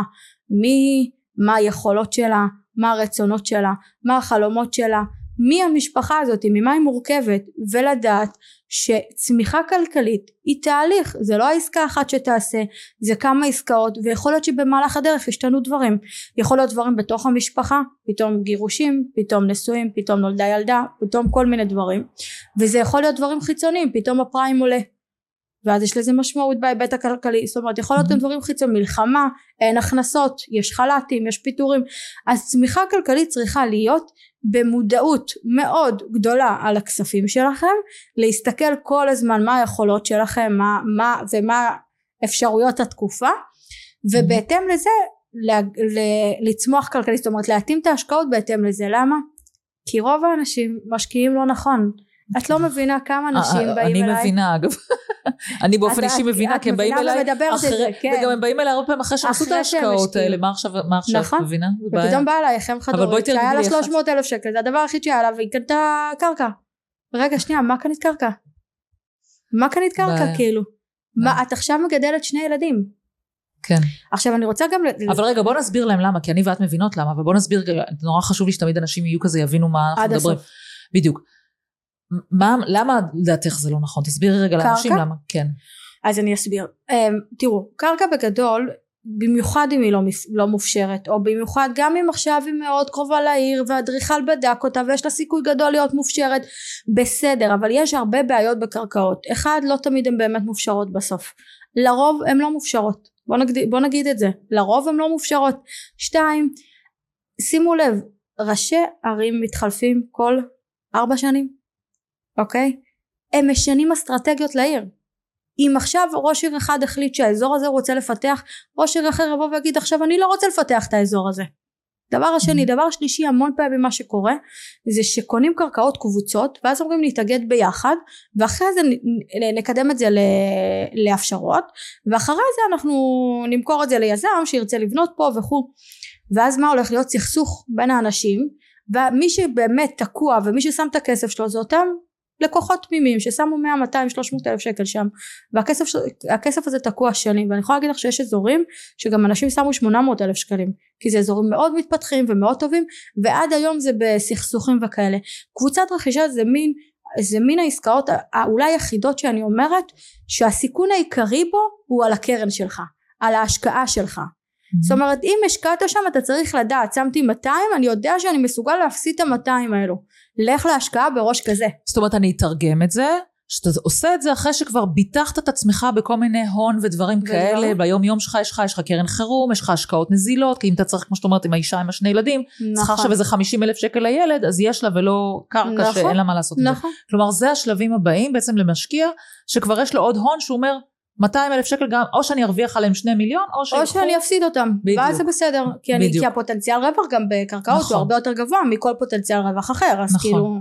מה היכולות שלה, מה הרצונות שלה, מה החלומות שלה, מי המשפחה הזאת, ממה היא מורכבת, ולדעת שצמיחה כלכלית היא תהליך, זה לא העסקה אחת שתעשה, זה כמה עסקאות, ויכול להיות שבמהלך הדרך ישתנו דברים, יכול להיות דברים בתוך המשפחה, פתאום גירושים, פתאום נשואים, פתאום נולדה ילדה, פתאום כל מיני דברים, וזה יכול להיות דברים חיצוניים, פתאום הפריים עולה, ואז יש לזה משמעות בהיבט הכלכלי, זאת אומרת יכול להיות גם דברים חיצוניים, מלחמה, אין הכנסות, יש חל"תים, יש פיטורים, אז צמיחה כלכלית צריכה להיות במודעות מאוד גדולה על הכספים שלכם, להסתכל כל הזמן מה היכולות שלכם, ומה אפשרויות התקופה, ובהתאם לזה לצמוח כלכלית, זאת אומרת להתאים את ההשקעות בהתאם לזה. למה? כי רוב האנשים משקיעים לא נכון. את לא מבינה כמה אנשים באים אליי. אני מבינה אגב. אני באופן אישי מבינה, כי הם באים אליי וגם הם באים אליי הרבה פעמים אחרי שעשו את ההשקעות האלה. מה עכשיו מבינה? ופתאום באה אליי חם חדורית שהיה לה 300,000 שקל, זה הדבר הכי שהיה לה, והיא קנתה קרקע. רגע שנייה, מה קנית קרקע? מה קנית קרקע כאילו? את עכשיו מגדלת 2 ילדים. כן. עכשיו אני רוצה גם אבל רגע בוא נסביר להם למה, כי אני ואת מבינות למה, ובוא נסביר, נורא חשוב לי שתמיד אנשים יהיו כזה, יבינו מה אנחנו מדברים. בדיוק. למה לדעתך זה לא נכון? תסבירי רגע לאנשים למה. כן. אז אני אסביר. תראו, קרקע בגדול, במיוחד אם היא לא מופשרת, או במיוחד גם אם עכשיו היא מאוד קרובה לעיר, והאדריכל בדק אותה, ויש לה סיכוי גדול להיות מופשרת, בסדר, אבל יש הרבה בעיות בקרקעות. אחד, לא תמיד הן באמת מופשרות בסוף. לרוב הן לא מופשרות. בוא נגיד את זה. לרוב הן לא מופשרות. 2, שימו לב, ראשי ערים מתחלפים כל 4 שנים. אוקיי? הם משנים אסטרטגיות לעיר. אם עכשיו ראש עיר אחד החליט שהאזור הזה רוצה לפתח, ראש עיר אחר יבוא ויגיד עכשיו אני לא רוצה לפתח את האזור הזה. דבר השני, דבר שלישי, המון פעמים מה שקורה זה שקונים קרקעות קבוצות ואז אומרים להתאגד ביחד, ואחרי זה נקדם את זה לאפשרות, ואחרי זה אנחנו נמכור את זה ליזם שירצה לבנות פה וכו', ואז מה הולך להיות? סכסוך בין האנשים, ומי שבאמת תקוע ומי ששם את הכסף שלו זה אותם לקוחות תמימים ששמו 100, 200, 300 אלף שקל שם, והכסף הזה תקוע שנים. ואני יכולה להגיד לך שיש אזורים שגם אנשים שמו 800 אלף שקלים, כי זה אזורים מאוד מתפתחים ומאוד טובים, ועד היום זה בסכסוכים וכאלה. קבוצת רכישה זה מין העסקאות אולי היחידות שאני אומרת שהסיכון העיקרי בו הוא על הקרן שלך, על ההשקעה שלך. זאת אומרת אם השקעת שם אתה צריך לדעת, שמתי 200, אני יודע שאני מסוגל להפסיד את 200 האלו, לך להשקעה בראש כזה. זאת אומרת אני אתרגם את זה, שאתה עושה את זה אחרי שכבר ביטחת את עצמך בכל מיני הון ודברים כאלה, ביום יום שלך יש לך קרן חירום, יש לך השקעות נזילות, כי אם אתה צריך כמו שאת אומרת עם האישה עם 2 ילדים, צריך עכשיו איזה 50,000 שקל לילד, אז יש לה ולא קרקע שאין לה מה לעשות את זה. כלומר זה השלבים הבאים בעצם למשקיע, שכבר יש לו עוד הון שהוא אומר 200,000 שקל גם, או שאני ארוויח עליהם 2 מיליון, או שאני אפסיד אותם, ואז זה בסדר, כי הפוטנציאל רווח גם בקרקעות הוא הרבה יותר גבוה מכל פוטנציאל רווח אחר, אז כאילו,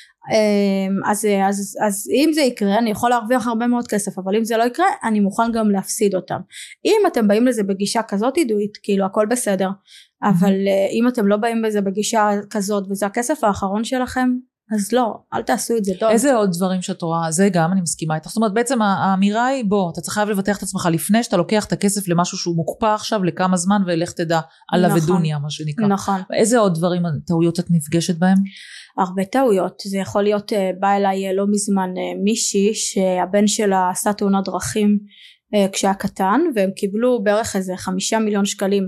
אז אם זה יקרה, אני יכול להרוויח הרבה מאוד כסף, אבל אם זה לא יקרה, אני מוכן גם להפסיד אותם. אם אתם באים לזה בגישה כזאת עידועית, כאילו הכל בסדר, אבל אם אתם לא באים בזה בגישה כזאת, וזה הכסף האחרון שלכם, אז לא, אל תעשו את זה טוב. איזה עוד דברים שאת רואה? זה גם אני מסכימה איתך. זאת אומרת, בעצם האמירה היא, בוא, אתה צריך לבטח את עצמך לפני שאתה לוקח את הכסף למשהו שהוא מוקפא עכשיו לכמה זמן, ולך תדע על לבדוניה, מה שנקרא. נכון. איזה עוד דברים, טעויות את נפגשת בהם? הרבה טעויות. זה יכול להיות, בא אליי לא מזמן מישהי, שהבן שלה עשה תאונת דרכים כשהיה קטן, והם קיבלו בערך איזה 5 מיליון שקלים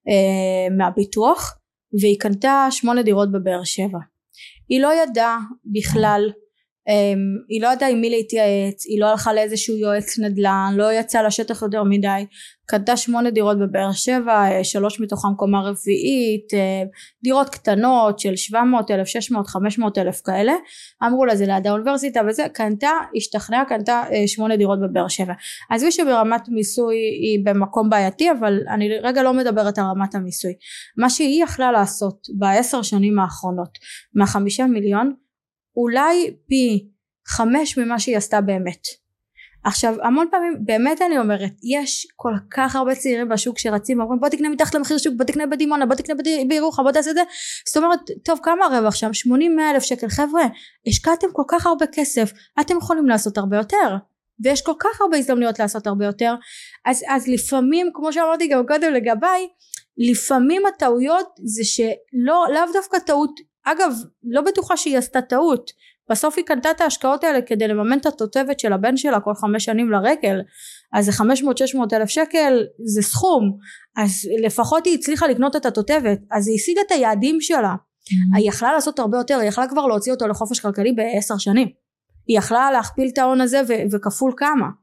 מהביטוח, והיא קנתה 8 דירות בבאר שבע. היא לא ידעה בכלל, היא לא ידעה עם מי להתייעץ, היא לא הלכה לאיזשהו יועץ נדל"ן, לא יצאה לשטח יותר מדי, קנתה 8 דירות בבאר שבע, 3 מתוכם קומה רביעית, דירות קטנות של 700,000, 600, 500,000 כאלה, אמרו לה זה ליד האוניברסיטה וזה, קנתה, השתכנעה, קנתה 8 דירות בבאר שבע. אז מי שברמת מיסוי היא במקום בעייתי, אבל אני רגע לא מדברת על רמת המיסוי. מה שהיא יכלה לעשות ב10 שנים האחרונות, מה5 מיליון, אולי פי 5 ממה שהיא עשתה באמת. עכשיו המון פעמים באמת אני אומרת, יש כל כך הרבה צעירים בשוק שרצים ואומרים בוא תקנה מתחת למחיר שוק, בוא תקנה בדימונה, בוא תקנה בירוחם, בוא תעשה את זה. זאת אומרת טוב כמה הרווח שם? 80,000 שקל. חבר'ה, השקעתם כל כך הרבה כסף, אתם יכולים לעשות הרבה יותר, ויש כל כך הרבה הזדמנויות לעשות הרבה יותר. אז לפעמים כמו שאמרתי גם קודם לגביי, לפעמים הטעויות זה שלא, לאו דווקא טעות, אגב לא בטוחה שהיא עשתה טעות, בסוף היא קנתה את ההשקעות האלה כדי לממן את התותבת של הבן שלה כל 5 שנים לרגל, אז זה 500-600 אלף שקל, זה סכום, אז לפחות היא הצליחה לקנות את התותבת, אז היא השיגה את היעדים שלה, היא יכלה לעשות הרבה יותר, היא יכלה כבר להוציא אותו לחופש כלכלי ב10 שנים, היא יכלה להכפיל את ההון הזה וכפול כמה,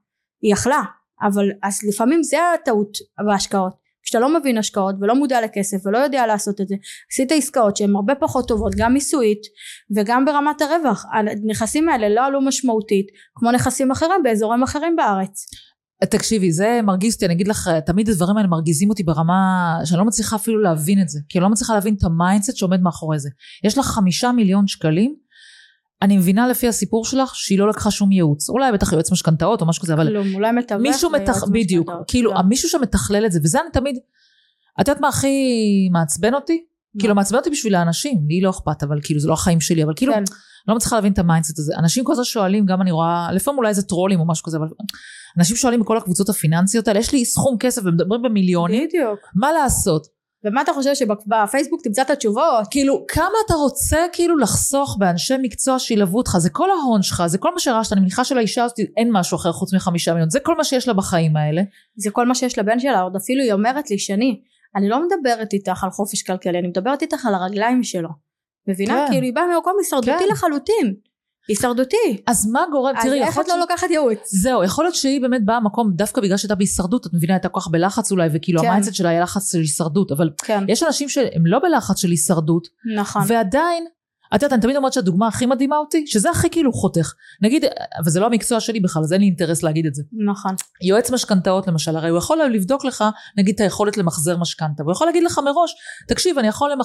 היא יכלה, אבל אז לפעמים זה הטעות בהשקעות, כשאתה לא מבין השקעות ולא מודע לכסף ולא יודע לעשות את זה, עשית עסקאות שהן הרבה פחות טובות, גם מיסויית וגם ברמת הרווח. הנכסים האלה לא עלו משמעותית כמו נכסים אחרים באזורים אחרים בארץ. תקשיבי, זה מרגיז אותי, אני אגיד לך, תמיד הדברים האלה מרגיזים אותי ברמה שאני לא מצליחה אפילו להבין את זה, כי אני לא מצליחה להבין את המיינדסט שעומד מאחורי זה. יש לך 5 מיליון שקלים, אני מבינה לפי הסיפור שלך שהיא לא לקחה שום ייעוץ, אולי בטח יועץ משכנתאות או משהו כזה, אבל אולי מתווך בדיוק, כאילו מישהו שמתכלל את זה, וזה אני תמיד, את יודעת מה הכי מעצבן אותי? כאילו מעצבן אותי בשביל האנשים, לי לא אכפת, אבל כאילו זה לא החיים שלי, אבל כאילו לא מצליחה להבין את המיינדסט הזה. אנשים כל הזמן שואלים, גם אני רואה, לפעמים אולי זה טרולים או משהו כזה, אבל אנשים שואלים בכל הקבוצות הפיננסיות האלה, יש לי סכום כסף ומדברים במיליונים, מה לעשות? ומה אתה חושב שבפייסבוק תמצא את התשובות? כאילו, כמה אתה רוצה כאילו לחסוך באנשי מקצוע שילוו אותך, זה כל ההון שלך, זה כל מה שרשת, אני מניחה שלאישה הזאת אין משהו אחר חוץ מ5 מיליון, זה כל מה שיש לה בחיים האלה. זה כל מה שיש לבן שלה, עוד אפילו היא אומרת לי שני, אני לא מדברת איתך על חופש כלכלי, אני מדברת איתך על הרגליים שלו. מבינה? כן. כאילו היא באה ממקום הישרדותי כן. לחלוטין. הישרדותי. אז מה גורם? תראי, אז איך את לא לוקחת ייעוץ? זהו, יכול להיות שהיא באמת באה מקום, דווקא בגלל שהייתה בהישרדות, את מבינה, הייתה כל כך בלחץ אולי, וכאילו כן. המיינדסט שלה היה לחץ של הישרדות, אבל כן. יש אנשים שהם לא בלחץ של הישרדות, נכון. ועדיין, את יודעת, אני תמיד אומרת שהדוגמה הכי מדהימה אותי, שזה הכי כאילו חותך. נגיד, אבל זה לא המקצוע שלי בכלל, אז אין לי אינטרס להגיד את זה. נכון. יועץ משכנתאות למשל, הרי הוא יכול לבדוק לך, נגיד, את היכולת למחזר משכנתה, והוא יכול להגיד לך מראש, תקשיב, אני יכול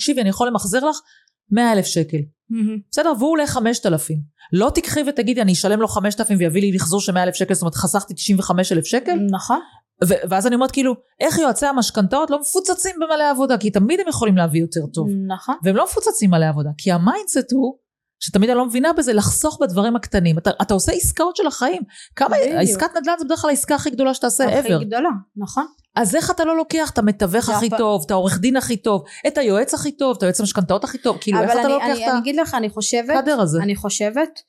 למחזר לך 100,000 שקל. בסדר, והוא עולה 5,000. לא תקחי ותגידי, אני אשלם לו 5,000 ויביא לי לחזור של 100,000 שקל, זאת אומרת, חסכתי 95,000 שקל. נכון. ואז אני אומרת, כאילו, איך יועצי המשכנתאות לא מפוצצים במלא עבודה, כי תמיד הם יכולים להביא יותר טוב. נכון. והם לא מפוצצים מלא עבודה, כי המיינדסט הוא, שתמיד אני לא מבינה בזה, לחסוך בדברים הקטנים. אתה עושה עסקאות של החיים. כמה, העסקת נדל"ן זה בדרך כלל העסקה הכי גדולה שתעשה ever. הכי גדולה, נכון. אז איך אתה לא לוקח את המתווך הכי טוב, את העורך דין הכי טוב, את היועץ הכי טוב, את היועץ המשכנתאות הכי טוב, כאילו איך אתה לא לוקח את אני אגיד לך, אני חושבת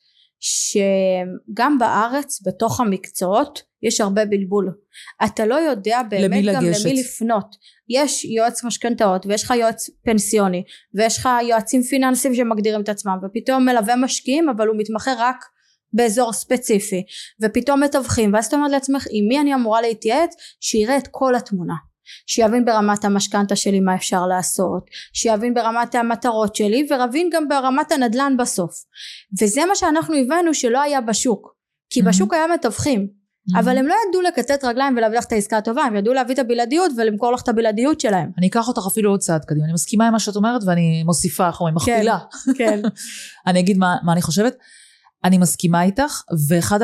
שגם בארץ, בתוך המקצועות, יש הרבה בלבול. אתה לא יודע באמת גם למי לפנות. יש יועץ משכנתאות, ויש לך יועץ פנסיוני, ויש לך יועצים פיננסיים שמגדירים את עצמם, ופתאום מלווה משקיעים, אבל הוא מתמחה רק באזור ספציפי, ופתאום מתווכים, ואז אתה אומר לעצמך, עם מי אני אמורה להתייעץ? שיראה את כל התמונה, שיבין ברמת המשכנתה שלי מה אפשר לעשות, שיבין ברמת המטרות שלי, ורבין גם ברמת הנדל"ן בסוף. וזה מה שאנחנו הבנו שלא היה בשוק, כי בשוק היה מתווכים, אבל הם לא ידעו לקצץ רגליים ולהביא לך את העסקה הטובה, הם ידעו להביא את הבלעדיות ולמכור לך את הבלעדיות שלהם. אני אקח אותך אפילו עוד צעד קדימה, אני מסכימה עם מה שאת אומרת ואני מוסיפה, מכפילה. כן. אני אגיד מה אני חושבת, אני מסכימה איתך, ואחד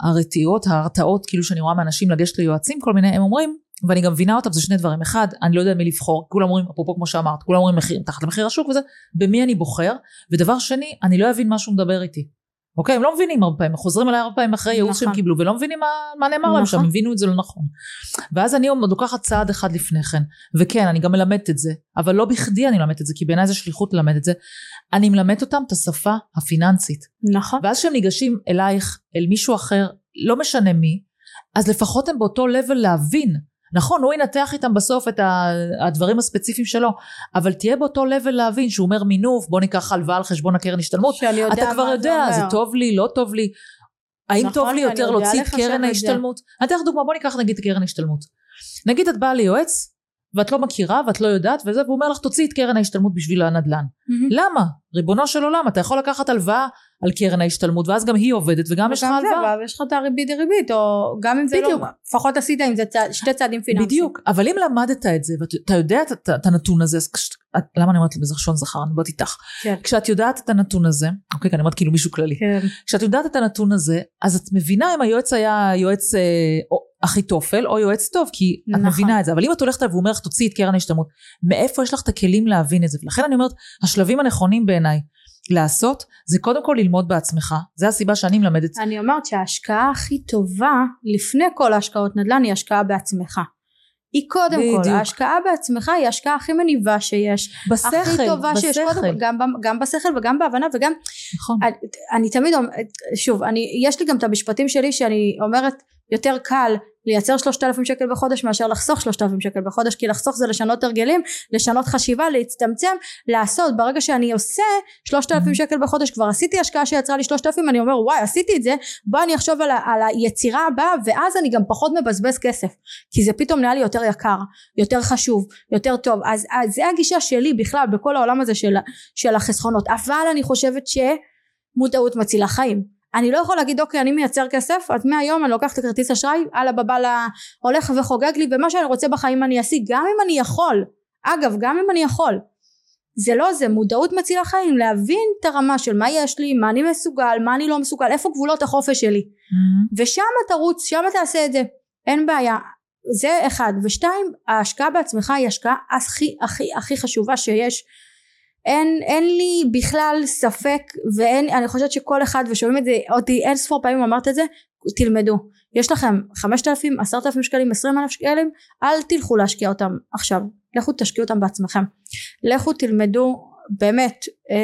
ההרתעות כאילו שאני רואה מאנשים לגשת ליועצים, כל מיני, הם אומרים, ואני גם מבינה אותם, זה שני דברים, אחד, אני לא יודע מי לבחור, כולם אומרים, אפרופו כמו שאמרת, כולם אומרים מחיר, תחת למחיר השוק וזה, במי אני בוחר, ודבר שני, אני לא אבין מה שהוא מדבר איתי. אוקיי, הם לא מבינים הרבה פעמים, חוזרים אליי הרבה פעמים אחרי ייעוץ שהם קיבלו, ולא מבינים מה נאמר להם שם, הבינו את זה לא נכון. ואז אני לוקחת צעד אחד לפני כן, וכן, אני גם מלמדת את זה, אבל לא בכדי אני מלמדת את זה, כי בעיניי זה שליחות ללמד את זה, אני מלמדת אותם את השפה הפיננסית. נכון. ואז שהם ניגשים אלייך, אל מישהו אחר, לא משנה מי, אז לפחות הם באותו level להבין, נכון, הוא ינתח איתם בסוף את הדברים הספציפיים שלו, אבל תהיה באותו level להבין שהוא אומר מינוף, בוא ניקח הלוואה על חשבון הקרן השתלמות, אתה כבר יודע, זה טוב לי, לא טוב לי, האם טוב לי יותר להוציא את קרן ההשתלמות? אני אתן לך דוגמה, בוא ניקח נגיד את קרן ההשתלמות, נגיד את באה ליועץ, ואת לא מכירה ואת לא יודעת וזה, והוא אומר לך תוציא את קרן ההשתלמות בשביל הנדל"ן. למה? ריבונו של עולם, אתה יכול לקחת הלוואה על קרן ההשתלמות, ואז גם היא עובדת וגם יש לך הלוואה. ויש לך את הריבית דריבית, או גם אם זה לא, לפחות עשית עם זה שתי צעדים פיננסיים. בדיוק, אבל אם למדת את זה, ואתה יודע את הנתון הזה, למה אני אומרת בזכשון זכר, אני באת איתך. כשאת יודעת את הנתון הזה, אוקיי, אני אומרת כאילו מישהו כללי, כשאת יודעת את הנתון הזה, אז את מבינה אם היועץ היה יועץ אחיתופל או יועץ טוב, כי את מבינה את זה, אבל אם את הולכת והוא אומר לך תוציא את קרן ההשתלמות, מאיפה יש לך את הכלים להבין את זה? ולכן אני אומרת, השלבים הנכונים בעיניי לעשות, זה קודם כל ללמוד בעצמך, זה הסיבה שאני מלמדת. אני אומרת שההשקעה הכי טובה, לפני כל ההשקעות נדל"ן, היא השקעה בעצמך. היא קודם כל, ההשקעה בעצמך היא ההשקעה הכי מניבה שיש, בשכל, הכי טובה שיש קודם, גם בשכל וגם בהבנה וגם, נכון. אני תמיד, שוב, יש לי גם את המשפטים שלי שאני אומרת, יותר קל לייצר 3,000 שקל בחודש מאשר לחסוך 3,000 שקל בחודש, כי לחסוך זה לשנות הרגלים, לשנות חשיבה, להצטמצם, לעשות. ברגע שאני עושה 3,000 שקל בחודש, כבר עשיתי השקעה שיצרה לי 3,000, אני אומר וואי עשיתי את זה, בוא אני אחשוב על היצירה הבאה, ואז אני גם פחות מבזבז כסף, כי זה פתאום נהיה לי יותר יקר, יותר חשוב, יותר טוב. אז זה הגישה שלי בכלל בכל העולם הזה של החסכונות. אבל אני חושבת שמודעות מצילה חיים. אני לא יכול להגיד אוקיי אני מייצר כסף, אז מהיום אני לוקח את הכרטיס אשראי, על הבבלה הולך וחוגג לי, ומה שאני רוצה בחיים אני אשיג, גם אם אני יכול. אגב, גם אם אני יכול. זה לא זה, מודעות מצילה חיים, להבין את הרמה של מה יש לי, מה אני מסוגל, מה אני לא מסוגל, איפה גבולות החופש שלי. ושם תרוץ, שם תעשה את זה. אין בעיה. זה אחד. ושתיים, ההשקעה בעצמך היא השקעה הכי חשובה שיש. אין לי בכלל ספק, ואני חושבת שכל אחד, ושומעים את זה אותי אין ספור פעמים אמרת את זה, תלמדו. יש לכם 5,000, 10,000 שקלים, 20,000 שקלים, אל תלכו להשקיע אותם עכשיו, לכו תשקיעו אותם בעצמכם, לכו תלמדו באמת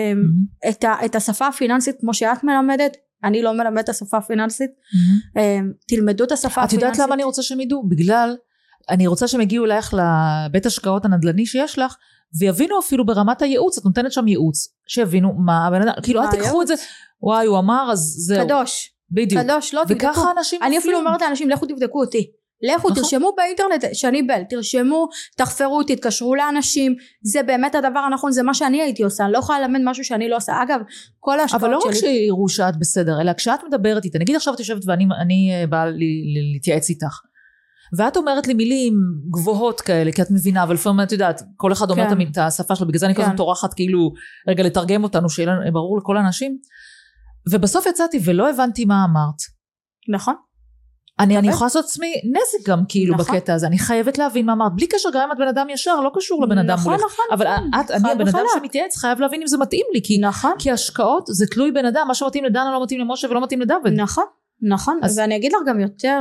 את השפה הפיננסית כמו שאת מלמדת. אני לא מלמדת את השפה הפיננסית. תלמדו את השפה הפיננסית. את יודעת למה אני רוצה שהם ידעו? בגלל אני רוצה שהם יגיעו אלייך לבית השקעות הנדל"ני שיש לך, ויבינו אפילו ברמת הייעוץ, את נותנת שם ייעוץ, שיבינו מה הבן אדם, כאילו אל תיקחו את זה, וואי הוא אמר אז זהו. קדוש. בדיוק. קדוש, לא תבדקו. וככה אנשים אני אפילו אומרת לאנשים, לכו תבדקו אותי. לכו תרשמו באינטרנט שאני בל, תרשמו, תחפרו, תתקשרו לאנשים, זה באמת הדבר הנכון, זה מה שאני הייתי עושה, אני לא יכולה ללמד משהו שאני לא עושה. אגב, כל ההשקעות שלי. אבל לא רק שיראו שאת בסדר, אלא כשאת מדברת איתה, נגיד עכשיו את יושבת ואני באה להתייעץ איתך, ואת אומרת לי מילים גבוהות כאלה, כי את מבינה, אבל לפעמים את יודעת, כל אחד אומר את השפה שלו, בגלל זה אני כזאת טורחת כאילו, רגע לתרגם אותנו, שיהיה ברור לכל האנשים, ובסוף יצאתי ולא הבנתי מה אמרת. נכון. אני יכולה לעשות עצמי נזק גם כאילו בקטע הזה, אני חייבת להבין מה אמרת, בלי קשר גם אם את בן אדם ישר, לא קשור לבן אדם מולך, אבל אני הבן אדם שמתייעץ, חייב להבין אם זה מתאים לי, כי השקעות זה תלוי בן אדם, מה שמתאים לדנה לא מתאים למשה ולא מתאים לדוד. נכון, ואני אגיד לך גם יותר,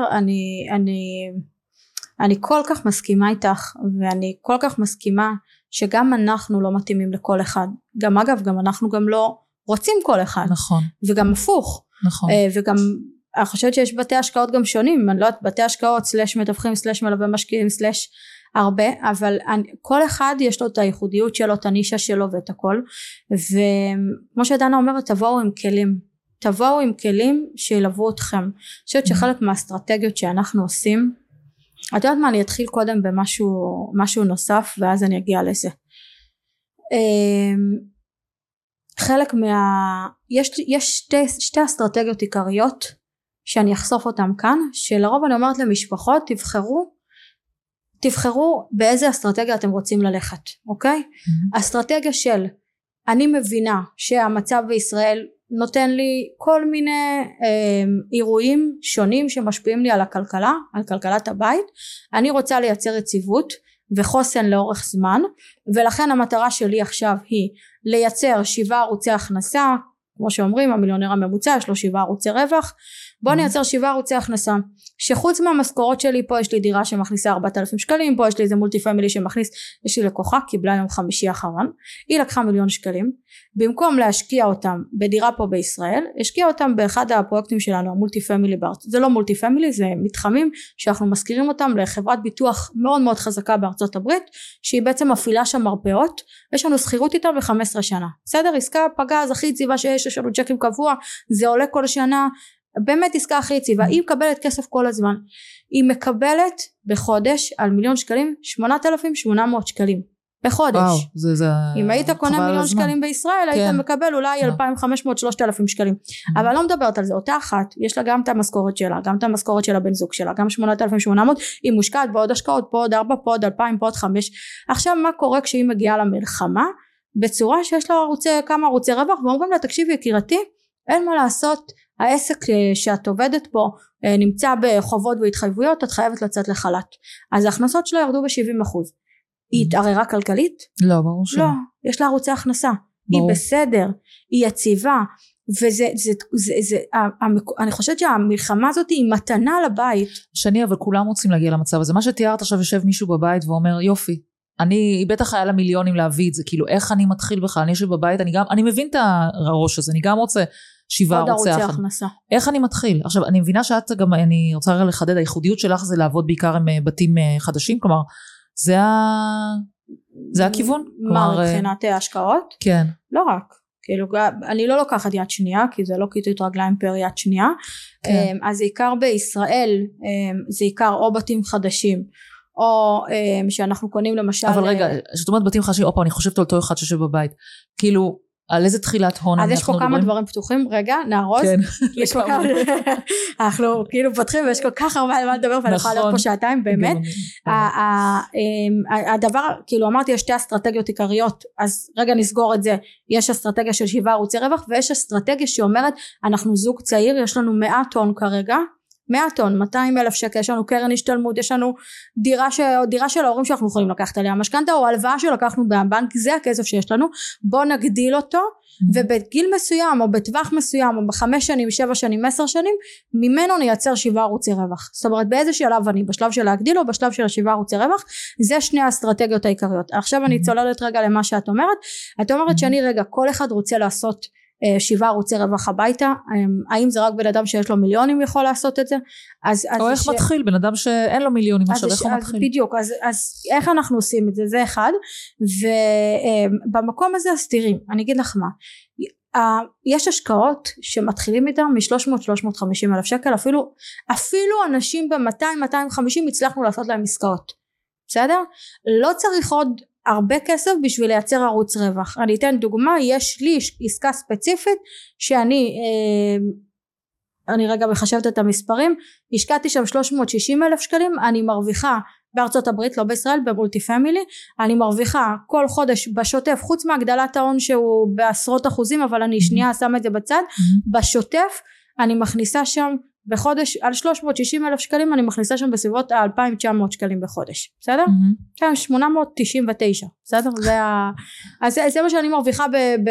אני כל כך מסכימה איתך, ואני כל כך מסכימה שגם אנחנו לא מתאימים לכל אחד, גם אגב, גם אנחנו גם לא רוצים כל אחד, נכון, וגם הפוך, נכון, וגם אני חושבת שיש בתי השקעות גם שונים, אני לא יודעת, בתי השקעות סלש מתווכים סלש מלווה משקיעים סלש הרבה, אבל כל אחד יש לו את הייחודיות שלו, את הנישה שלו ואת הכל, וכמו שדנה אומרת, תבואו עם כלים שילוו אתכם. אני חושבת שחלק מהאסטרטגיות שאנחנו עושים, את יודעת מה, אני אתחיל קודם במשהו נוסף ואז אני אגיע לזה. חלק יש שתי אסטרטגיות עיקריות שאני אחשוף אותם כאן, שלרוב אני אומרת למשפחות, תבחרו באיזה אסטרטגיה אתם רוצים ללכת, אוקיי? אסטרטגיה של אני מבינה שהמצב בישראל נותן לי כל מיני אירועים שונים שמשפיעים לי על הכלכלה, על כלכלת הבית, אני רוצה לייצר יציבות וחוסן לאורך זמן, ולכן המטרה שלי עכשיו היא לייצר 7 ערוצי הכנסה, כמו שאומרים המיליונר הממוצע יש לו 7 ערוצי רווח, בוא נייצר 7 ערוצי הכנסה, שחוץ מהמשכורות שלי, פה יש לי דירה שמכניסה 4,000 שקלים, פה יש לי איזה מולטי פמילי שמכניס, יש לי לקוחה, קיבלה יום חמישי האחרון, היא לקחה 1,000,000 שקלים, במקום להשקיע אותם בדירה פה בישראל, השקיע אותם באחד הפרויקטים שלנו, המולטי פמילי בארץ, זה לא מולטי פמילי, זה מתחמים שאנחנו מזכירים אותם לחברת ביטוח מאוד מאוד חזקה בארצות הברית, שהיא בעצם מפעילה שם מרפאות, יש לנו שכירות איתה ב-15 שנה, בסדר, עסקה פגז הכי יציבה שיש, יש לנו צ'קים קבוע, זה עולה כל שנה, באמת עסקה הכי יציבה, היא מקבלת כסף כל הזמן, היא מקבלת בחודש על 1,000,000 שקלים 8,800 שקלים בחודש. וואו, אם היית קונה 1,000,000 שקלים בישראל, היית מקבל אולי 2,500-3,000 שקלים, אבל לא מדברת על זה, אותה אחת, יש לה גם את המשכורת שלה, גם את המשכורת של הבן זוג שלה, גם 8,800, היא מושקעת בעוד השקעות, פה עוד 4, פה עוד 2,000, פה עוד 5, עכשיו מה קורה כשהיא מגיעה למלחמה, בצורה שיש לה כמה ערוצי רווח, ואומרים לה תקשיבי יקירתי, אין מה לעשות, העסק שאת עובדת פה נמצא בחובות והתחייבויות, את חייבת לצאת לחל"ת, אז ההכנסות שלה ירדו ב-70%. היא התערערה כלכלית? לא, ברור שלא. לא, יש לה ערוצי הכנסה, היא בסדר, היא יציבה, אני חושבת שהמלחמה הזאת היא מתנה לבית. שני, אבל כולם רוצים להגיע למצב הזה, מה שתיארת עכשיו יושב מישהו בבית ואומר יופי, אני בטח היה לה מיליונים להביא את זה, כאילו איך אני מתחיל בכלל, אני יושב בבית, אני מבין את הראש הזה, אני גם רוצה 7 ערוצי הכנסה. איך אני מתחיל? עכשיו אני מבינה שאת גם, אני רוצה לחדד, הייחודיות שלך זה לעבוד בעיקר עם בתים חדשים, כלומר זה הכיוון? מה מבחינת השקעות? כן. לא רק, כאילו אני לא לוקחת יד שנייה, כי זה לא כיתות רגליים פר יד שנייה, אז עיקר בישראל זה עיקר או בתים חדשים, או שאנחנו קונים למשל. אבל רגע, זאת אומרת בתים חדשים, אני חושבת על אותו אחד שיושב בבית, כאילו על איזה תחילת הון אז יש פה כמה דברים פתוחים, רגע, נארוז. כן. אנחנו כאילו פותחים ויש כל כך הרבה על מה לדבר, ואני יכולה להיות פה שעתיים, באמת. הדבר, כאילו אמרתי, יש 2 אסטרטגיות עיקריות, אז רגע נסגור את זה. יש אסטרטגיה של 7 ערוצי רווח, ויש אסטרטגיה שאומרת, אנחנו זוג צעיר, יש לנו 100 טון כרגע, 100 טון, 200,000 שקל, יש לנו קרן השתלמות, יש לנו דירה של ההורים שאנחנו יכולים לקחת עליה משכנתא, או הלוואה שלקחנו בבנק, זה הכסף שיש לנו, בוא נגדיל אותו, ובגיל מסוים, או בטווח מסוים, או ב5 שנים, 7 שנים, 10 שנים, ממנו נייצר 7 ערוצי רווח. זאת אומרת, באיזה שלב אני, בשלב של להגדיל, או בשלב של 7 ערוצי רווח, זה 2 האסטרטגיות העיקריות. עכשיו אני צוללת רגע למה שאת אומרת, את אומרת שאני רגע, כל אחד רוצה לעשות 7 ערוצי רווח הביתה, האם זה רק בן אדם שיש לו מיליונים יכול לעשות את זה? או איך מתחיל, בן אדם שאין לו מיליונים, עכשיו איך הוא מתחיל? בדיוק, אז איך אנחנו עושים את זה? זה אחד, ובמקום הזה אז תראי, אני אגיד לך מה, יש השקעות שמתחילים איתם מ-300-350 אלף שקל, אפילו אנשים ב-200-250 הצלחנו לעשות להם עסקאות, בסדר? לא צריך עוד הרבה כסף בשביל לייצר ערוץ רווח. אני אתן דוגמה, יש לי עסקה ספציפית שאני רגע מחשבת את המספרים, השקעתי שם 360 אלף שקלים, אני מרוויחה בארצות הברית, לא בישראל, במולטי פמילי, אני מרוויחה כל חודש בשוטף, חוץ מהגדלת ההון שהוא בעשרות אחוזים, אבל אני שנייה שם את זה בצד, בשוטף אני מכניסה שם בחודש, על 360 אלף שקלים אני מכניסה שם בסביבות 2,900 שקלים בחודש, בסדר? כן, 899, בסדר? אז זה מה שאני מרוויחה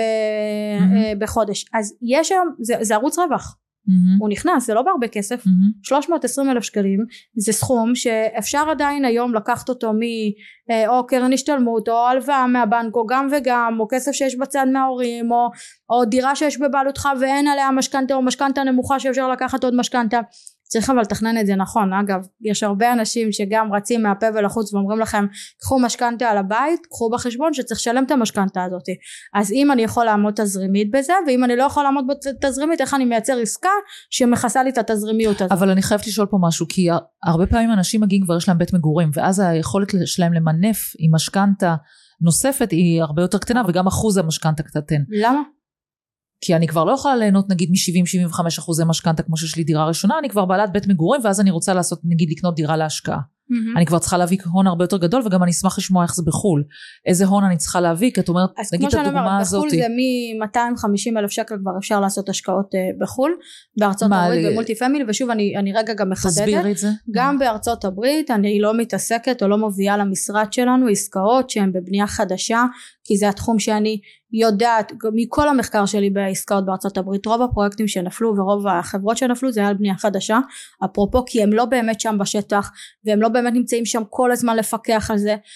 בחודש. אז יש שם, זה ערוץ רווח, הוא נכנס, זה לא בהרבה כסף, 320 אלף שקלים, זה סכום שאפשר עדיין היום לקחת אותו או קרן השתלמות, או הלוואה מהבנק, או גם וגם, או כסף שיש בצד מההורים, או דירה שיש בבעלותך ואין עליה משכנתא, או משכנתא נמוכה שאפשר לקחת עוד משכנתא. צריך אבל לתכנן את זה נכון. אגב, יש הרבה אנשים שגם רצים מהפה ולחוץ ואומרים לכם, קחו משכנתא על הבית, קחו בחשבון שצריך לשלם את המשכנתא הזאת. אז אם אני יכול לעמוד תזרימית בזה, ואם אני לא יכול לעמוד בתזרימית, איך אני מייצר עסקה שמכסה לי את התזרימיות הזאת? אבל אני חייבת לשאול פה משהו, כי הרבה פעמים אנשים מגיעים כבר יש להם בית מגורים, ואז היכולת שלהם למנף עם משכנתא נוספת היא הרבה יותר קטנה, וגם אחוז המשכנתא קטן. למה? כי אני כבר לא יכולה ליהנות נגיד מ-70-75% משכנתא כמו שיש לי דירה ראשונה, אני כבר בעלת בית מגורים, ואז אני רוצה לעשות נגיד לקנות דירה להשקעה. אני כבר צריכה להביא הון הרבה יותר גדול, וגם אני אשמח לשמוע איך זה בחול. איזה הון אני צריכה להביא, כי את אומרת, נגיד את הדוגמה הזאת. בחול זה מ-250 אלף שקל כבר אפשר לעשות השקעות בחול, בארצות הברית, במולטי פמילי, ושוב אני רגע גם מחדדת. תסביר את זה. גם בארצות הברית, אני לא מתעסקת או לא מביאה למשרד שלנו עסקאות שהן בבנייה חדשה, כי זה התחום שאני יודעת, מכל המחקר שלי בעסקאות בארצות הברית, רוב הפרויקטים שנפלו ורוב החברות שנפלו זה היה על בנייה חדשה, אפרופו כי הם לא באמת שם בשטח, והם לא באמת נמצאים שם כל הזמן לפקח על זה,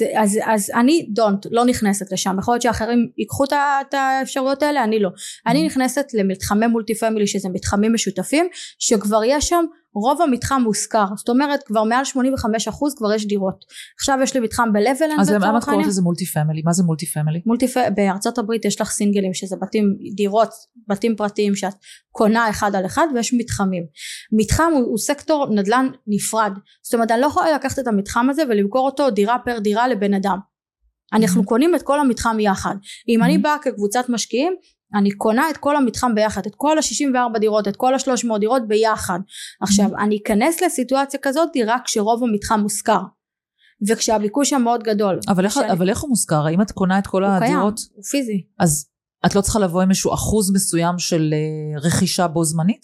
אז אני לא נכנסת לשם, יכול להיות שאחרים ייקחו את האפשרויות האלה, אני לא, אני נכנסת למתחמי מולטי פמילי, שזה מתחמים משותפים, שכבר יש שם, רוב המתחם מוזכר, זאת אומרת כבר מעל 85% כבר יש דירות. עכשיו יש לי מתחם בלבלנד. אז למה את קוראת לזה מולטי פמילי? מה זה מולטי פמילי? בארצות הברית יש לך סינגלים, שזה דירות, בתים פרטיים שאת קונה אחד על אחד, ויש מתחמים. מתחם הוא סקטור נדל"ן נפרד, זאת אומרת אני לא יכולה לקחת את המתחם הזה ולמכור אותו דירה פר דירה לבן אדם. אנחנו קונים את כל המתחם יחד. אם אני באה כקבוצת משקיעים, אני קונה את כל המתחם ביחד, את כל ה-64 דירות, את כל ה-300 דירות ביחד. עכשיו, אני אכנס לסיטואציה כזאת רק כשרוב המתחם מוזכר, וכשהביקוש שם מאוד גדול. אבל איך הוא מוזכר? האם את קונה את כל הדירות? הוא קיים, הוא פיזי. אז את לא צריכה לבוא עם איזשהו אחוז מסוים של רכישה בו זמנית?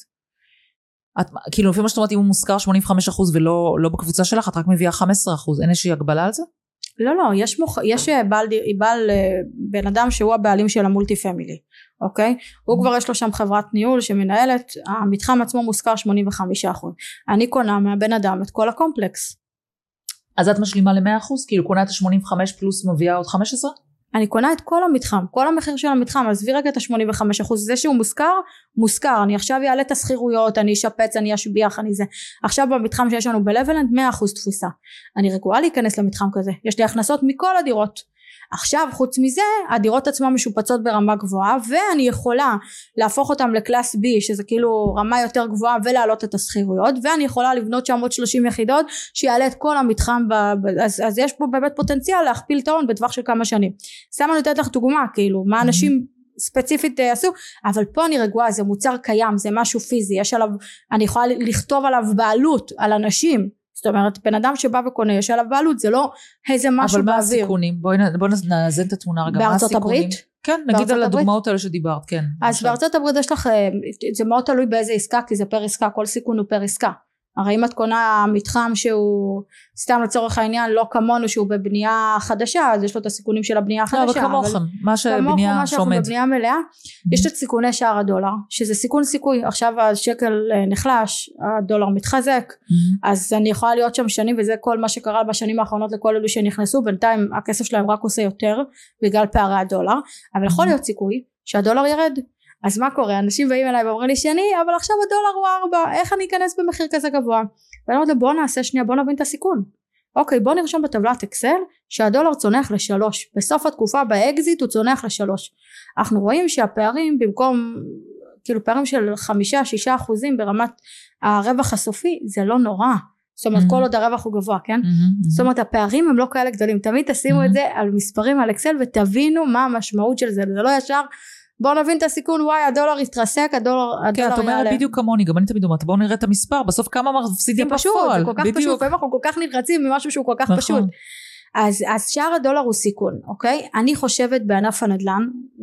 כאילו, לפי מה שאת אומרת, אם הוא מוזכר 85% ולא בקבוצה שלך, את רק מביאה 15%, אין איזושהי הגבלה על זה? לא, יש בן אדם שהוא הבעלים של המולטי פמילי, אוקיי? הוא כבר יש לו שם חברת ניהול שמנהלת, המתחם עצמו מוזכר 85%. אני קונה מהבן אדם את כל הקומפלקס. אז את משלימה ל-100%? כאילו קונה את ה-85 פלוס מביאה עוד 15? אני קונה את כל המתחם, כל המחיר של המתחם, עזבי רגע את ה-85%, זה שהוא מוזכר, אני עכשיו אעלה את הסחירויות, אני אשפץ, אני אשביח, אני זה, עכשיו במתחם שיש לנו בלבלנד 100% תפוסה, אני רגועה להיכנס למתחם כזה, יש לי הכנסות מכל הדירות, עכשיו חוץ מזה הדירות עצמן משופצות ברמה גבוהה ואני יכולה להפוך אותם לקלאס B שזה כאילו רמה יותר גבוהה ולהעלות את הסחירויות ואני יכולה לבנות 930 יחידות שיעלה את כל המתחם אז יש פה באמת פוטנציאל להכפיל את ההון בטווח של כמה שנים. סתם אני נותנת לך דוגמה כאילו מה אנשים ספציפית עשו אבל פה אני רגועה זה מוצר קיים זה משהו פיזי יש עליו אני יכולה לכתוב עליו בעלות על אנשים זאת אומרת בן אדם שבא וקונה יש עליו בעלות זה לא איזה משהו באוויר. אבל מה הסיכונים? בואי נאזן את התמונה רגע. בארצות הברית? כן נגיד על הדוגמאות האלה שדיברת כן. אז בארצות הברית יש לך זה מאוד תלוי באיזה עסקה כי זה פר עסקה כל סיכון הוא פר עסקה. הרי אם את קונה מתחם שהוא סתם לצורך העניין לא כמונו שהוא בבנייה חדשה אז יש לו את הסיכונים של הבנייה החדשה. אבל כמוכם מה שבנייה שעומד. בבנייה מלאה יש את סיכוני שער הדולר שזה סיכון סיכוי עכשיו השקל נחלש הדולר מתחזק אז אני יכולה להיות שם שנים וזה כל מה שקרה בשנים האחרונות לכל אלו שנכנסו בינתיים הכסף שלהם רק עושה יותר בגלל פערי הדולר אבל יכול להיות סיכוי שהדולר ירד אז מה קורה? אנשים באים אליי ואומרים לי שני אבל עכשיו הדולר הוא 4 איך אני אכנס במחיר כזה גבוה? ואני אומרת בוא נעשה שנייה בוא נבין את הסיכון אוקיי בוא נרשום בטבלת אקסל שהדולר צונח ל3 בסוף התקופה באקזיט הוא צונח ל3 אנחנו רואים שהפערים במקום כאילו פערים של 5-6% ברמת הרווח הסופי זה לא נורא זאת אומרת כל עוד הרווח הוא גבוה כן זאת אומרת הפערים הם לא כאלה גדולים תמיד תשימו את זה על מספרים על אקסל ותבינו מה המשמעות של זה זה לא ישר בואו נבין את הסיכון וואי הדולר יתרסק הדולר כן את אומרת בדיוק כמוני גם אני תמיד אומרת בואו נראה את המספר בסוף כמה מפסידים בפועל זה כל כך פשוט ואנחנו כל כך נלחצים ממשהו שהוא כל כך פשוט אז שער הדולר הוא סיכון אוקיי אני חושבת בענף הנדל"ן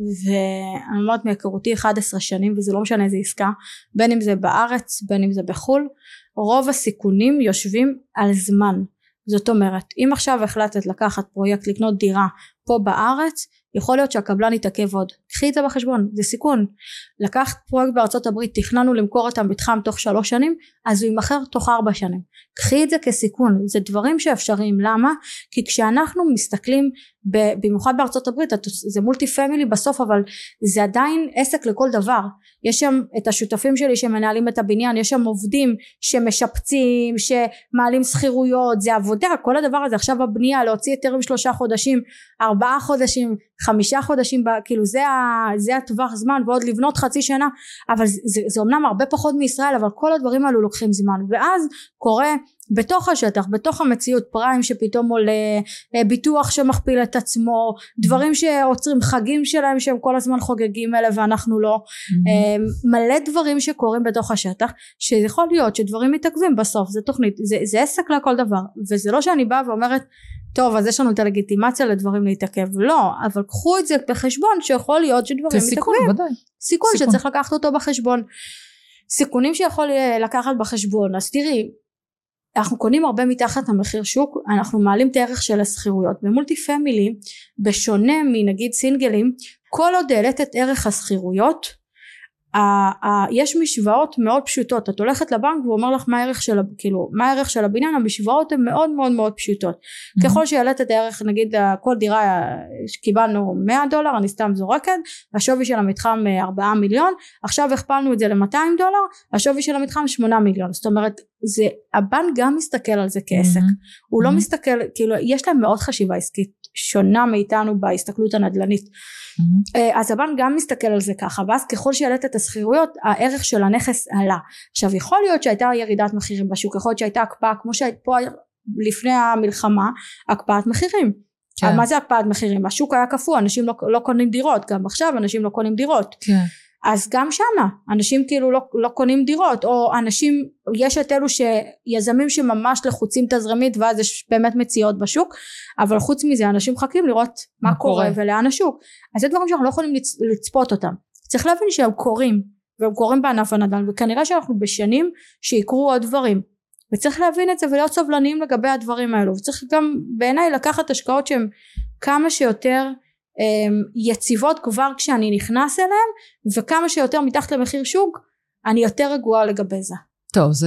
ואני אומרת מהיכרותי 11 שנים וזה לא משנה איזה עסקה בין אם זה בארץ בין אם זה בחול רוב הסיכונים יושבים על זמן זאת אומרת אם עכשיו החלטת לקחת פרויקט לקנות דירה פה בארץ יכול להיות שהקבלן יתעכב עוד קחי את זה בחשבון זה סיכון לקחת פרויקט בארצות הברית תכננו למכור את המתחם תוך 3 שנים אז הוא ימכר תוך 4 שנים קחי את זה כסיכון זה דברים שאפשריים למה כי כשאנחנו מסתכלים במיוחד בארצות הברית זה מולטי פמילי בסוף אבל זה עדיין עסק לכל דבר יש שם את השותפים שלי שמנהלים את הבניין יש שם עובדים שמשפצים שמעלים שכירויות זה עבודה כל הדבר הזה עכשיו הבנייה להוציא היתרים 3 חודשים 4 חודשים 5 חודשים כאילו זה הטווח זמן ועוד לבנות חצי שנה אבל זה אומנם הרבה פחות מישראל אבל כל הדברים האלו לוקחים זמן ואז קורה בתוך השטח בתוך המציאות פריים שפתאום עולה ביטוח שמכפיל את עצמו דברים שעוצרים חגים שלהם שהם כל הזמן חוגגים אלה ואנחנו לא מלא דברים שקורים בתוך השטח שיכול להיות שדברים מתעכבים בסוף זה תוכנית זה עסק לכל דבר וזה לא שאני באה ואומרת טוב אז יש לנו את הלגיטימציה לדברים להתעכב לא אבל קחו את זה בחשבון שיכול להיות שדברים מתעכבים סיכון שצריך לקחת אותו בחשבון סיכונים שיכול לקחת בחשבון אז תראי אנחנו קונים הרבה מתחת המחיר שוק אנחנו מעלים את הערך של הסחירויות במולטי פמילי בשונה מנגיד סינגלים כל עוד העלית את ערך הסחירויות יש משוואות מאוד פשוטות את הולכת לבנק ואומר לך מה הערך של הבניין המשוואות הן מאוד מאוד מאוד פשוטות ככל שהעלית את הערך נגיד כל דירה קיבלנו $100 אני סתם זורקת השווי של המתחם 4 מיליון עכשיו הכפלנו את זה ל$200 השווי של המתחם 8 מיליון זאת אומרת הבנק גם מסתכל על זה כעסק הוא לא מסתכל כאילו יש להם מאוד חשיבה עסקית שונה מאיתנו בהסתכלות הנדל"נית אז הבנק גם מסתכל על זה ככה ואז ככל שהעלית את הסחירויות הערך של הנכס עלה עכשיו יכול להיות שהייתה ירידת מחירים בשוק יכול להיות שהייתה הקפאה כמו שהייתה פה לפני המלחמה הקפאת מחירים כן. מה זה הקפאת מחירים? השוק היה קפוא אנשים לא קונים דירות גם עכשיו אנשים לא קונים דירות כן. אז גם שמה אנשים כאילו לא קונים דירות או אנשים יש את אלו שיזמים שממש לחוצים תזרמית ואז יש באמת מציאות בשוק אבל חוץ מזה אנשים מחכים לראות מה קורה ולאן השוק אז זה דברים שאנחנו לא יכולים לצפות אותם צריך להבין שהם קורים והם קורים בענף הנדל"ן וכנראה שאנחנו בשנים שיקרו עוד דברים וצריך להבין את זה ולהיות סובלניים לגבי הדברים האלו וצריך גם בעיניי לקחת השקעות שהן כמה שיותר יציבות כבר כשאני נכנס אליהם וכמה שיותר מתחת למחיר שוק אני יותר רגועה לגבי זה. טוב זה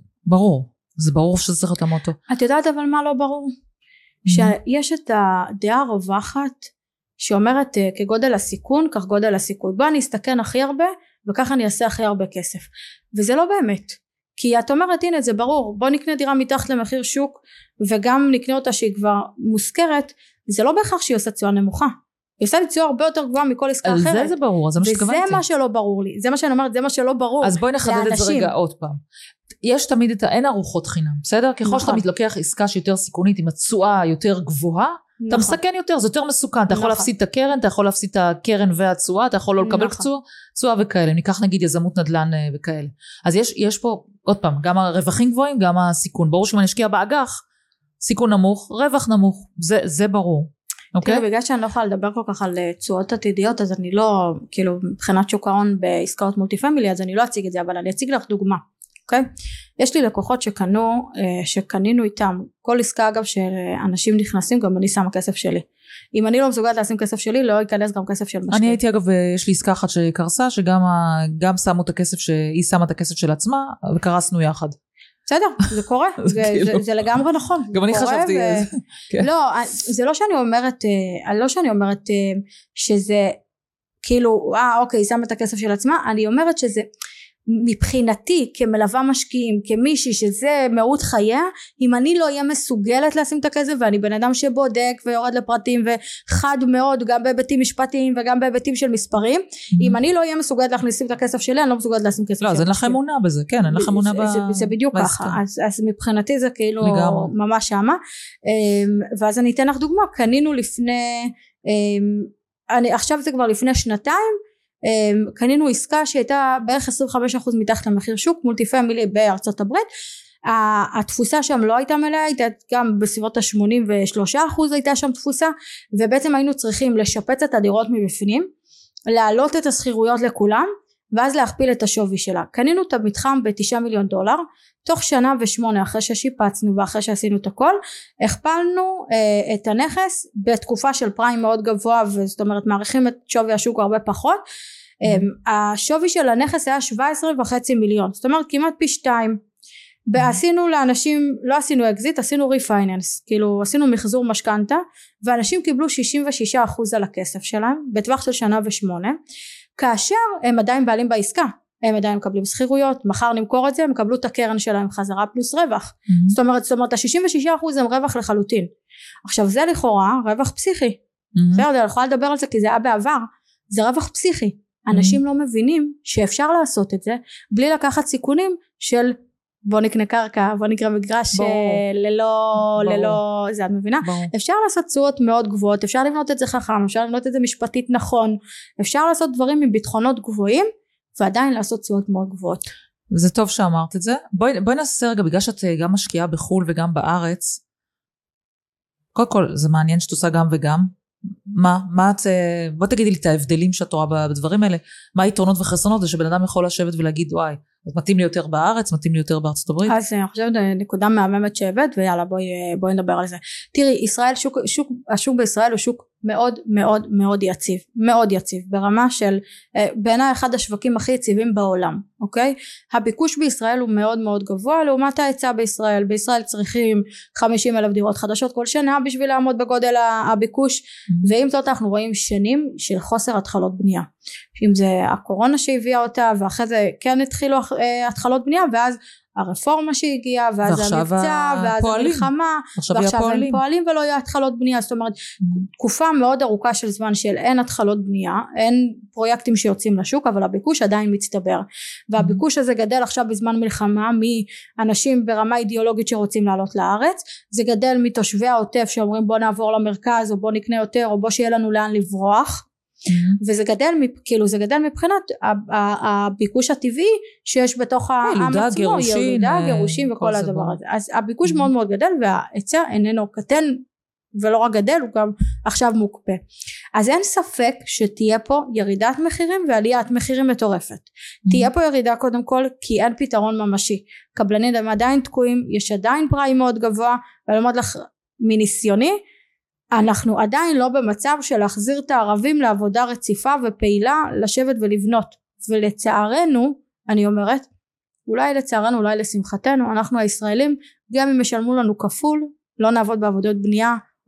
ברור שזה צריך להיות המוטו. את יודעת אבל מה לא ברור? שיש את הדעה הרווחת שאומרת כגודל הסיכון כך גודל הסיכוי, בוא אני אסתכן הכי הרבה וככה אני אעשה הכי הרבה כסף, וזה לא באמת, כי את אומרת הנה זה ברור, בוא נקנה דירה מתחת למחיר שוק וגם נקנה אותה שהיא כבר מוזכרת, זה לא בהכרח שהיא עושה תשואה נמוכה, היא עושה לי תשואה הרבה יותר גבוהה מכל עסקה אחרת. על זה ברור, זה מה שכוונתי. וזה מה שלא ברור לי, זה מה שאני אומרת, זה מה שלא ברור. אז בואי נחדד את זה רגע עוד פעם. יש תמיד אין ארוחות חינם, בסדר? ככל שאתה מתלוקח עסקה שיותר סיכונית עם התשואה יותר גבוהה, אתה מסכן יותר, זה יותר מסוכן, אתה יכול להפסיד את הקרן, אתה יכול להפסיד את הקרן והתשואה, אתה יכול לא לקבל תשואה וכאלה, ניקח נגיד יזמות נדל"ן וכאלה. אז יש פה, עוד פעם, גם הרווחים גבוהים, גם הסיכון. ברור שאם אני אשקיע באג"ח, סיכון נמוך, רווח נמוך, זה ברור. תראי, בגלל שאני לא יכולה לדבר כל כך על תשואות עתידיות, אז אני לא, כאילו, מבחינת שוק ההון בעסקאות מולטי פמילי, אז אני לא אציג את זה, אבל אני אציג לך דוגמה. אוקיי? יש לי לקוחות שקנינו איתם, כל עסקה אגב שאנשים נכנסים, גם אני שמה כסף שלי. אם אני לא מסוגלת לשים כסף שלי, לא ייכנס גם כסף של משקיע. אני הייתי אגב, יש לי עסקה אחת שקרסה, שגם שמו את הכסף, שהיא שמה את הכסף של עצמה, וקרסנו יחד. בסדר, זה קורה, זה לגמרי נכון. גם אני חשבתי. לא, זה לא שאני אומרת שזה כאילו, אוקיי, היא שמה את הכסף של עצמה, אני אומרת שזה מבחינתי כמלווה משקיעים, כמישהי שזה מהות חייה, אם אני לא אהיה מסוגלת לשים את הכסף, ואני בן אדם שבודק ויורד לפרטים וחד מאוד גם בהיבטים משפטיים וגם בהיבטים של מספרים, אם אני לא אהיה מסוגלת להכניס את הכסף שלי, אני לא מסוגלת לשים כסף. לא, אז אין לך אמונה בזה, כן, אין לך אמונה זה בדיוק ככה, אז מבחינתי זה כאילו ממש שמה. ואז אני אתן לך דוגמה, קנינו לפני, עכשיו זה כבר לפני שנתיים, קנינו עסקה שהייתה בערך 25% מתחת למחיר שוק, מולטי פמילי בארצות הברית, התפוסה שם לא הייתה מלאה, הייתה גם בסביבות ה-83% הייתה שם תפוסה, ובעצם היינו צריכים לשפץ את הדירות מבפנים, להעלות את הסחירויות לכולם, ואז להכפיל את השווי שלה. קנינו את המתחם ב$9 מיליון, תוך שנה ו8 אחרי ששיפצנו ואחרי שעשינו את הכל, הכפלנו את הנכס בתקופה של פריים מאוד גבוה, וזאת אומרת מעריכים את שווי השוק הרבה פחות, השווי של הנכס היה 17.5 מיליון, זאת אומרת כמעט פי 2, ועשינו לאנשים, לא עשינו אקזיט, עשינו ריפייננס, כאילו עשינו מחזור משכנתה, ואנשים קיבלו 66% על הכסף שלהם, בטווח של שנה ו8, כאשר הם עדיין בעלים בעסקה, הם עדיין מקבלים שכירויות, מחר נמכור את זה, הם קבלו את הקרן שלהם חזרה פלוס רווח, זאת אומרת ה-66% הם רווח לחלוטין. עכשיו זה לכאורה רווח פסיכי, אני יכולה לדבר על זה כי זה היה בעבר, זה רווח פסיכי, אנשים לא מבינים שאפשר לעשות את זה, בלי לקחת סיכונים של בוא נקנה קרקע, בוא נקרא מגרש ללא זה, את מבינה? אפשר לעשות תשואות מאוד גבוהות, אפשר לבנות את זה חכם, אפשר לבנות את זה משפטית נכון, אפשר לעשות דברים עם ביטחונות גבוהים, ועדיין לעשות תשואות מאוד גבוהות. זה טוב שאמרת את זה. בואי נעשה רגע, בגלל שאת גם משקיעה בחול וגם בארץ, קודם כל זה מעניין שאת עושה גם וגם, בוא תגידי לי את ההבדלים שאת רואה בדברים האלה, מה היתרונות וחסרונות, זה שבן אדם יכול לשבת ולהגיד וואי, מתאים לי יותר בארץ, מתאים לי יותר בארצות הברית. אז אני חושבת נקודה מהממת שהבאת, ויאללה בואי נדבר על זה. תראי, ישראל, השוק בישראל הוא שוק מאוד מאוד מאוד יציב, מאוד יציב, ברמה של בעיניי אחד השווקים הכי יציבים בעולם, אוקיי? הביקוש בישראל הוא מאוד מאוד גבוה, לעומת ההיצע בישראל. בישראל צריכים 50,000 דירות חדשות כל שנה בשביל לעמוד בגודל הביקוש, ועם זאת אנחנו רואים שנים של חוסר התחלות בנייה. אם זה הקורונה שהביאה אותה, ואחרי זה כן התחילו התחלות בנייה, ואז הרפורמה שהגיעה, ואז המבצע, ואז המלחמה, ועכשיו הם פועלים ולא יהיו התחלות בנייה. זאת אומרת, תקופה מאוד ארוכה של זמן של אין התחלות בנייה, אין פרויקטים שיוצאים לשוק, אבל הביקוש עדיין מצטבר, והביקוש הזה גדל עכשיו בזמן מלחמה, מאנשים ברמה אידיאולוגית שרוצים לעלות לארץ, זה גדל מתושבי העוטף שאומרים בוא נעבור למרכז, או בוא נקנה יותר, או בוא שיהיה לנו לאן לברוח, וזה גדל, כאילו זה גדל מבחינת הביקוש הטבעי שיש בתוך העם עצמו, ילודה, גירושים וכל הדבר הזה. אז הביקוש מאוד מאוד גדל, וההיצע איננו קטן, ולא רק גדל, הוא גם עכשיו מוקפא. אז אין ספק שתהיה פה ירידת מחירים ועליית מחירים מטורפת. תהיה פה ירידה קודם כל כי אין פתרון ממשי, קבלנים הם עדיין תקועים, יש עדיין פריים מאוד גבוה, ולמוד לך מניסיוני, אנחנו עדיין לא במצב של להחזיר את הערבים לעבודה רציפה ופעילה, לשבת ולבנות. ולצערנו, אני אומרת, אולי לצערנו, אולי לשמחתנו, אנחנו הישראלים, גם אם ישלמו לנו כפול, לא נעבוד בעבודות בנייה,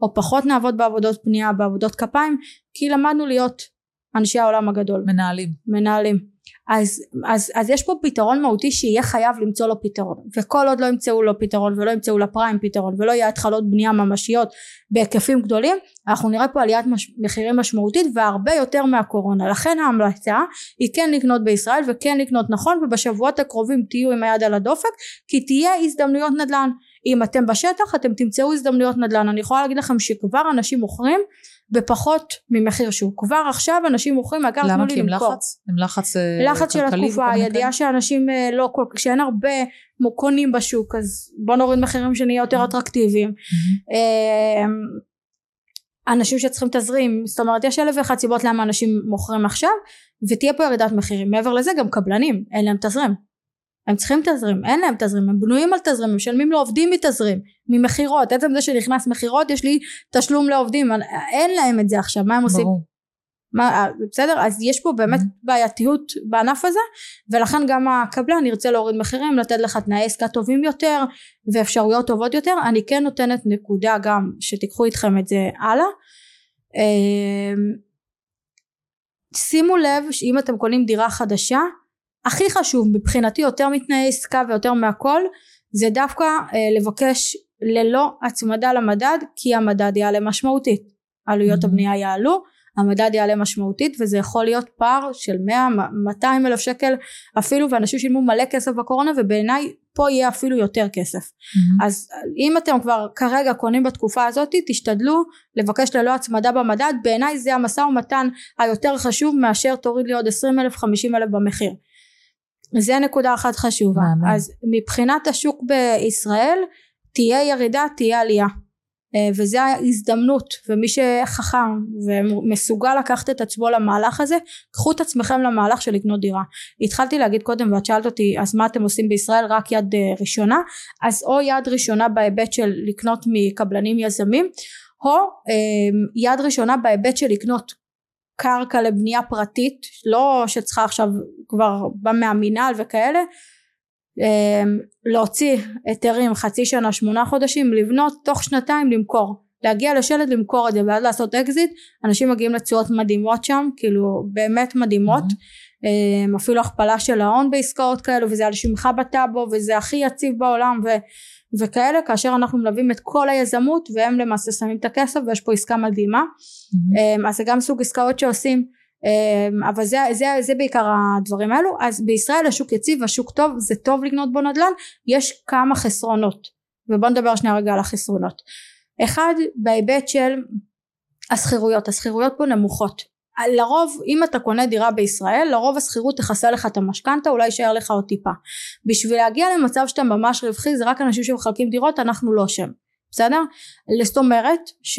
או פחות נעבוד בעבודות בנייה, בעבודות כפיים, כי למדנו להיות אנשי העולם הגדול. מנהלים. אז יש פה פתרון מהותי שיהיה חייב למצוא לו פתרון, וכל עוד לא ימצאו לו פתרון ולא ימצאו לפריים פתרון ולא יהיה התחלות בנייה ממשיות בהיקפים גדולים, אנחנו נראה פה עליית מחירים משמעותית והרבה יותר מהקורונה. לכן ההמלצה היא כן לקנות בישראל וכן לקנות נכון, ובשבועות הקרובים תהיו עם היד על הדופק, כי תהיה הזדמנויות נדל"ן. אם אתם בשטח אתם תמצאו הזדמנויות נדל"ן. אני יכולה להגיד לכם שכבר אנשים מוכרים בפחות ממחיר שוק, כבר עכשיו אנשים מוכרים, אגב תנו לי למכור. למה? כי הם לחץ של התקופה, הידיעה שאנשים לא כל כך, שאין הרבה קונים בשוק, אז בוא נוריד מחירים שנהיה יותר אטרקטיביים. אנשים שצריכים תזרים, זאת אומרת יש 1,001 סיבות למה אנשים מוכרים עכשיו, ותהיה פה ירידת מחירים. מעבר לזה גם קבלנים, אין להם תזרים, הם צריכים תזרים, אין להם תזרים, הם בנויים על תזרים, הם משלמים לעובדים מתזרים, ממחירות. עצם זה שנכנס מחירות, יש לי תשלום לעובדים, אין להם את זה עכשיו, מה הם עושים? בסדר? אז יש פה באמת בעייתיות בענף הזה, ולכן גם הקבלן ירצה להוריד מחירים, לתת לך תנאי עסקה טובים יותר ואפשרויות טובות יותר. אני כן נותנת נקודה גם שתיקחו איתכם את זה הלאה. שימו לב שאם אתם קונים דירה חדשה, הכי חשוב מבחינתי יותר מתנאי עסקה ויותר מהכל, זה דווקא לבקש ללא הצמדה למדד, כי המדד יעלה משמעותית, עלויות הבנייה יעלו, המדד יעלה משמעותית, וזה יכול להיות פער של 100-200 אלף שקל אפילו, ואנשים שילמו מלא כסף בקורונה, ובעיניי פה יהיה אפילו יותר כסף. אז אם אתם כבר כרגע קונים בתקופה הזאת, תשתדלו לבקש ללא הצמדה במדד. בעיניי זה המשא ומתן היותר חשוב, מאשר תוריד לי עוד 20 אלף 50 אלף במחיר. זה נקודה אחת חשובה. אז מבחינת השוק בישראל תהיה ירידה, תהיה עלייה, וזה ההזדמנות, ומי שחכם ומסוגל לקחת את עצמו למהלך הזה, קחו את עצמכם למהלך של לקנות דירה. התחלתי להגיד קודם ואת שאלת אותי אז מה אתם עושים בישראל, רק יד ראשונה, אז או יד ראשונה בהיבט של לקנות מקבלנים יזמים, או יד ראשונה בהיבט של לקנות קרקע לבנייה פרטית, לא שצריכה עכשיו כבר מהמינהל וכאלה, להוציא היתרים חצי שנה 8 חודשים, לבנות תוך 2 למכור, להגיע לשלד למכור את זה ואז לעשות אקזיט. אנשים מגיעים לתשואות מדהימות שם, כאילו באמת מדהימות, אפילו הכפלה של ההון בעסקאות כאלו, וזה על שמך בטאבו, וזה הכי יציב בעולם וכאלה, כאשר אנחנו מלווים את כל היזמות והם למעשה שמים את הכסף, ויש פה עסקה מדהימה. אז זה גם סוג עסקאות שעושים, אבל זה בעיקר הדברים האלו. אז בישראל השוק יציב, השוק טוב, זה טוב לקנות בו נדל"ן. יש כמה חסרונות, ובוא נדבר שנייה רגע על החסרונות. אחד, בהיבט של הסחירויות פה נמוכות. לרוב אם אתה קונה דירה בישראל, לרוב הסחירות תכסה לך את המשכנתה, אולי יישאר לך עוד טיפה. בשביל להגיע למצב שאתה ממש רווחי, זה רק אנשים שמחלקים דירות, אנחנו לא שם, בסדר? זאת אומרת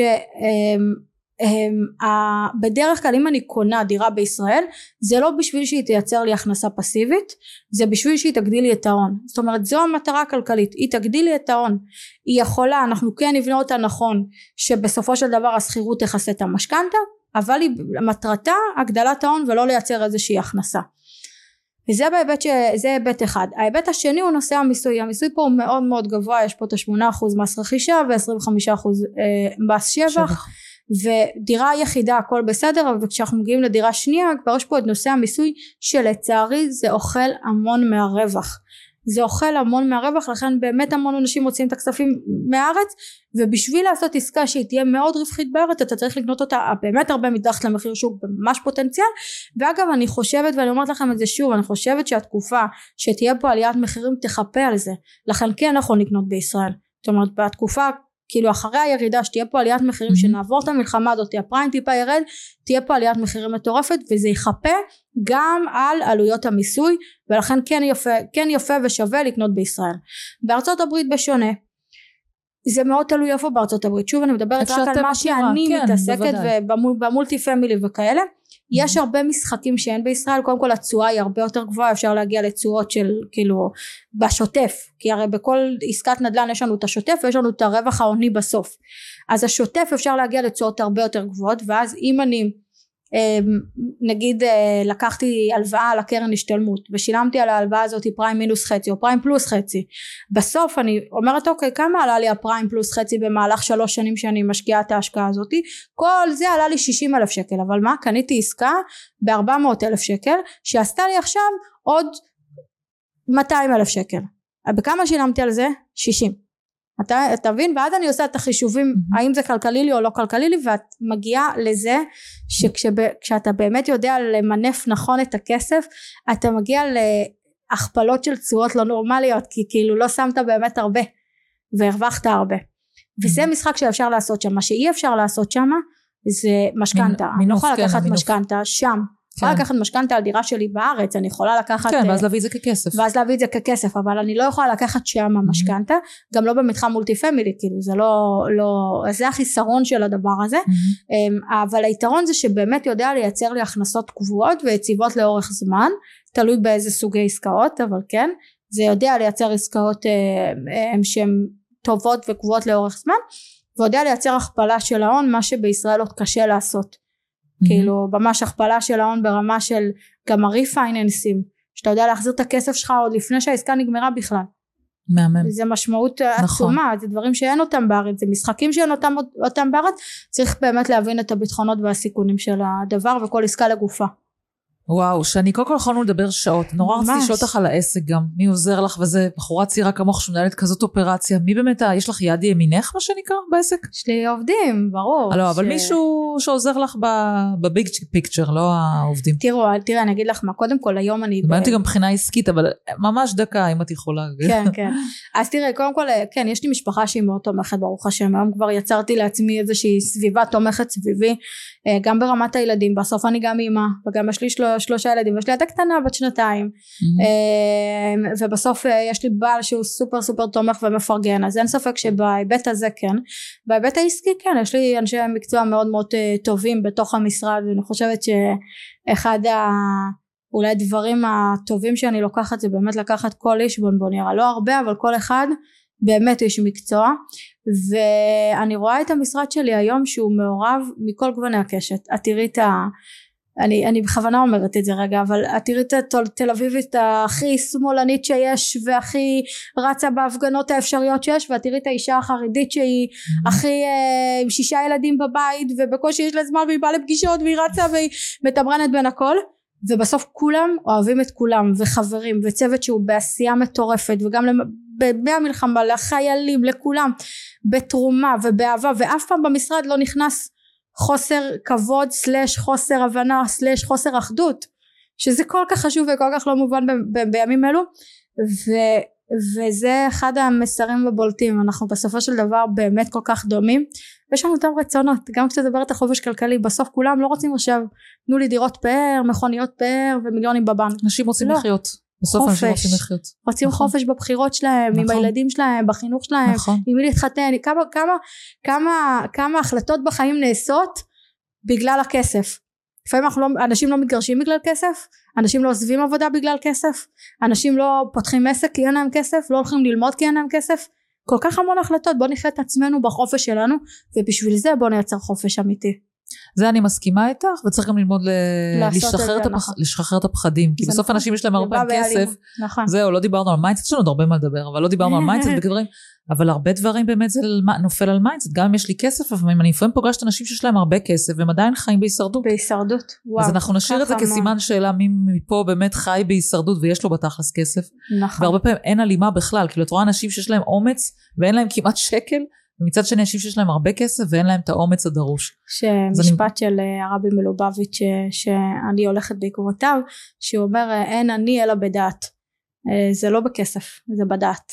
בדרך כלל אם אני קונה דירה בישראל, זה לא בשביל שהיא תייצר לי הכנסה פסיבית, זה בשביל שהיא תגדיל לי את ההון. זאת אומרת זו המטרה הכלכלית, היא תגדיל לי את ההון. היא יכולה, אנחנו כן נבנה אותה נכון, שבסופו של דבר הסחירות תכסה את המשכנתה, אבל היא מטרתה הגדלת ההון ולא לייצר איזושהי הכנסה. וזה זה היבט אחד. ההיבט השני הוא נושא המיסוי. המיסוי פה הוא מאוד מאוד גבוה, יש פה את 8% מס רכישה ו25% מס שבח, ודירה יחידה הכל בסדר, אבל כשאנחנו מגיעים לדירה שנייה כבר יש פה את נושא המיסוי, שלצערי זה אוכל המון מהרווח, זה אוכל המון מהרווח. לכן באמת המון אנשים מוצאים את הכספים מהארץ, ובשביל לעשות עסקה שהיא תהיה מאוד רווחית בארץ, אתה צריך לקנות אותה באמת הרבה מתחת למחיר שוק, ממש פוטנציאל. ואגב אני חושבת, ואני אומרת לכם את זה שוב, אני חושבת שהתקופה שתהיה פה עליית מחירים תחפה על זה, לכן כן נכון לקנות בישראל. זאת אומרת בתקופה כאילו אחרי הירידה שתהיה פה עליית מחירים, שנעבור את המלחמה הזאת, הפריים טיפה ירד, תהיה פה עליית מחירים מטורפת, וזה יחפה גם על עלויות המיסוי, ולכן כן יפה ושווה לקנות בישראל. בארצות הברית בשונה, זה מאוד תלוי איפה בארצות הברית. שוב אני מדברת רק על מה שאני מתעסקת, ובמולטי פמילי וכאלה. יש הרבה משחקים שאין בישראל. קודם כל התשואה היא הרבה יותר גבוהה, אפשר להגיע לתשואות של כאילו בשוטף, כי הרי בכל עסקת נדל"ן יש לנו את השוטף ויש לנו את הרווח ההוני בסוף. אז השוטף אפשר להגיע לתשואות הרבה יותר גבוהות, ואז אם אני נגיד לקחתי הלוואה לקרן השתלמות ושילמתי על ההלוואה הזאת פריים מינוס חצי או פריים פלוס חצי, בסוף אני אומרת אוקיי, כמה עלה לי הפריים פלוס חצי במהלך 3 שנים שאני משקיעה את ההשקעה הזאת? כל זה עלה לי 60,000 שקל, אבל מה? קניתי עסקה ב400,000 שקל שעשתה לי עכשיו עוד 200,000 שקל. בכמה שילמתי על זה? 60. אתה תבין, ואז אני עושה את החישובים האם זה כלכלי לי או לא כלכלי לי, ואת מגיעה לזה שכשאתה באמת יודע למנף נכון את הכסף, אתה מגיע להכפלות של תשואות לא נורמליות, כי כאילו לא שמת באמת הרבה והרווחת הרבה, וזה משחק שאפשר לעשות שם. מה שאי אפשר לעשות שם זה משכנתה. אני לא יכולה לקחת משכנתה שם, יכולה לקחת משכנתה על דירה שלי בארץ, אני יכולה לקחת, כן, ואז להביא את זה ככסף, אבל אני לא יכולה לקחת שם משכנתה, גם לא במתחם מולטי פמילי, כאילו זה זה החיסרון של הדבר הזה, אבל היתרון זה שבאמת יודע לייצר לי הכנסות קבועות ויציבות לאורך זמן, תלוי באיזה סוגי עסקאות, אבל כן, זה יודע לייצר עסקאות שהן טובות וקבועות לאורך זמן, ויודע לייצר הכפלה של ההון, מה שבישראל עוד קשה לעשות. כאילו ממש הכפלה של ההון ברמה של גם הריפייננסים, שאתה יודע להחזיר את הכסף שלך עוד לפני שהעסקה נגמרה בכלל. מהמם. זה משמעות עצומה, זה דברים שאין אותם בארץ, זה משחקים שאין אותם בארץ, צריך באמת להבין את הביטחונות והסיכונים של הדבר, וכל עסקה לגופה. וואו, שאני קודם כל יכולנו לדבר שעות, נורא רציתי לשאול אותך על העסק גם, מי עוזר לך וזה, בחורה צעירה כמוך שמנהלת כזאת אופרציה, מי באמת, יש לך יד ימינך מה שנקרא בעסק? יש לי עובדים, ברור. לא, אבל מישהו שעוזר לך בביג פיקצ'ר, לא העובדים. תראה, אני אגיד לך מה, קודם כל היום אני... הבנתי גם בחינה עסקית, אבל ממש דקה אם את יכולה. כן, כן. אז תראה, קודם כל, כן, יש לי משפחה שהיא מאוד תומכת, ברוך השם, היום כבר יצרתי לעצמי איזושהי סביבה תומכת סביבי, גם ברמת הילדים, בסוף אני גם אימא, וגם יש לי 3 ילדים, יש לי ילדה קטנה בת 2, ובסוף יש לי בעל שהוא סופר סופר תומך ומפרגן, אז אין ספק שבהיבט הזה כן, בהיבט העסקי כן, יש לי אנשי מקצוע מאוד מאוד טובים בתוך המשרד, ואני חושבת שאחד אולי הדברים הטובים שאני לוקחת, זה באמת לקחת כל איש בונבוניירה, לא הרבה, אבל כל אחד באמת איש מקצוע, ואני רואה את המשרד שלי היום שהוא מעורב מכל גווני הקשת. את תראי את אני בכוונה אומרת את זה רגע, אבל את תראי את תל אביבית הכי שמאלנית שיש, והכי רצה בהפגנות האפשריות שיש, ואת תראי את האישה החרדית שהיא הכי עם 6 ילדים בבית, ובקושי יש לה זמן והיא באה לפגישות, והיא רצה והיא מתמרנת בין הכל, ובסוף כולם אוהבים את כולם, וחברים, וצוות שהוא בעשייה מטורפת, וגם במלחמה, לחיילים, לכולם, בתרומה ובאהבה, ואף פעם במשרד לא נכנס חוסר כבוד / חוסר הבנה / חוסר אחדות, שזה כל כך חשוב וכל כך לא מובן בימים אלו, וזה אחד המסרים הבולטים. אנחנו בסופו של דבר באמת כל כך דומים, ויש לנו אותם רצונות, גם כשתדברת על חופש כלכלי, בסוף כולם לא רוצים עכשיו, תנו לי דירות פאר, מכוניות פאר ומיליונים בבנק. אנשים רוצים לחיות. בסוף אנשים רוצים לחיות. רוצים חופש בבחירות שלהם, עם הילדים שלהם, בחינוך שלהם, עם מי להתחתן. כמה החלטות בחיים נעשות בגלל הכסף. לפעמים אנשים לא מתגרשים בגלל כסף, אנשים לא עוזבים עבודה בגלל כסף, אנשים לא פותחים עסק כי אין להם כסף, לא הולכים ללמוד כי אין להם כסף. כל כך המון החלטות. בוא נחיה את עצמנו בחופש שלנו, ובשביל זה בוא נייצר חופש אמיתי. זה אני מסכימה איתך, וצריך גם ללמוד לשחרר את הפחדים, כי בסוף אנשים יש להם הרבה כסף, זהו, לא דיברנו על מיינדסט, יש לנו עוד הרבה מה לדבר, אבל לא דיברנו על מיינדסט וכדברים, אבל הרבה דברים באמת זה נופל על מיינדסט, גם אם יש לי כסף, אבל אני לפעמים פוגשת אנשים שיש להם הרבה כסף, והם עדיין חיים בהישרדות. בהישרדות, וואו. אז אנחנו נשאיר את זה כסימן שאלה, מי מפה באמת חי בהישרדות, ויש לו בתכלס כסף, והרבה פעמים אין הלימה בכלל, כאילו את רואה אנשים שיש להם אומץ, ואין להם כמעט שקל, ומצד שני אנשים שיש להם הרבה כסף ואין להם את האומץ הדרוש. שמשפט של הרבי מלובביץ' שאני הולכת בעקבותיו, שהוא אומר אין אני אלא בדעת, זה לא בכסף, זה בדעת.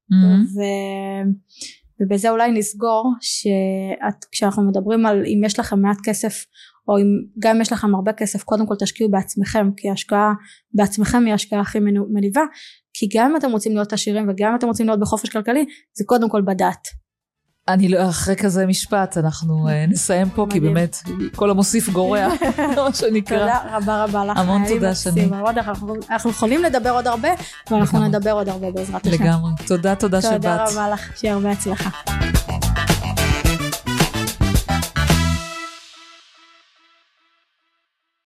ובזה אולי נסגור שכשאנחנו מדברים על אם יש לכם מעט כסף, או גם אם יש לכם הרבה כסף, קודם כל תשקיעו בעצמכם, כי השקעה בעצמכם היא השקעה הכי מניבה, כי גם אם אתם רוצים להיות עשירים וגם אם אתם רוצים להיות בחופש כלכלי, זה קודם כל בדעת. אני לא, אחרי כזה משפט, אנחנו נסיים פה, כי באמת, כל המוסיף גורע, מה שנקרא. תודה רבה רבה לך. המון תודה שני. אנחנו יכולים לדבר עוד הרבה, ואנחנו נדבר עוד הרבה בעזרת השם. לגמרי. תודה שבאת. תודה רבה לך, שיהיה הרבה הצלחה.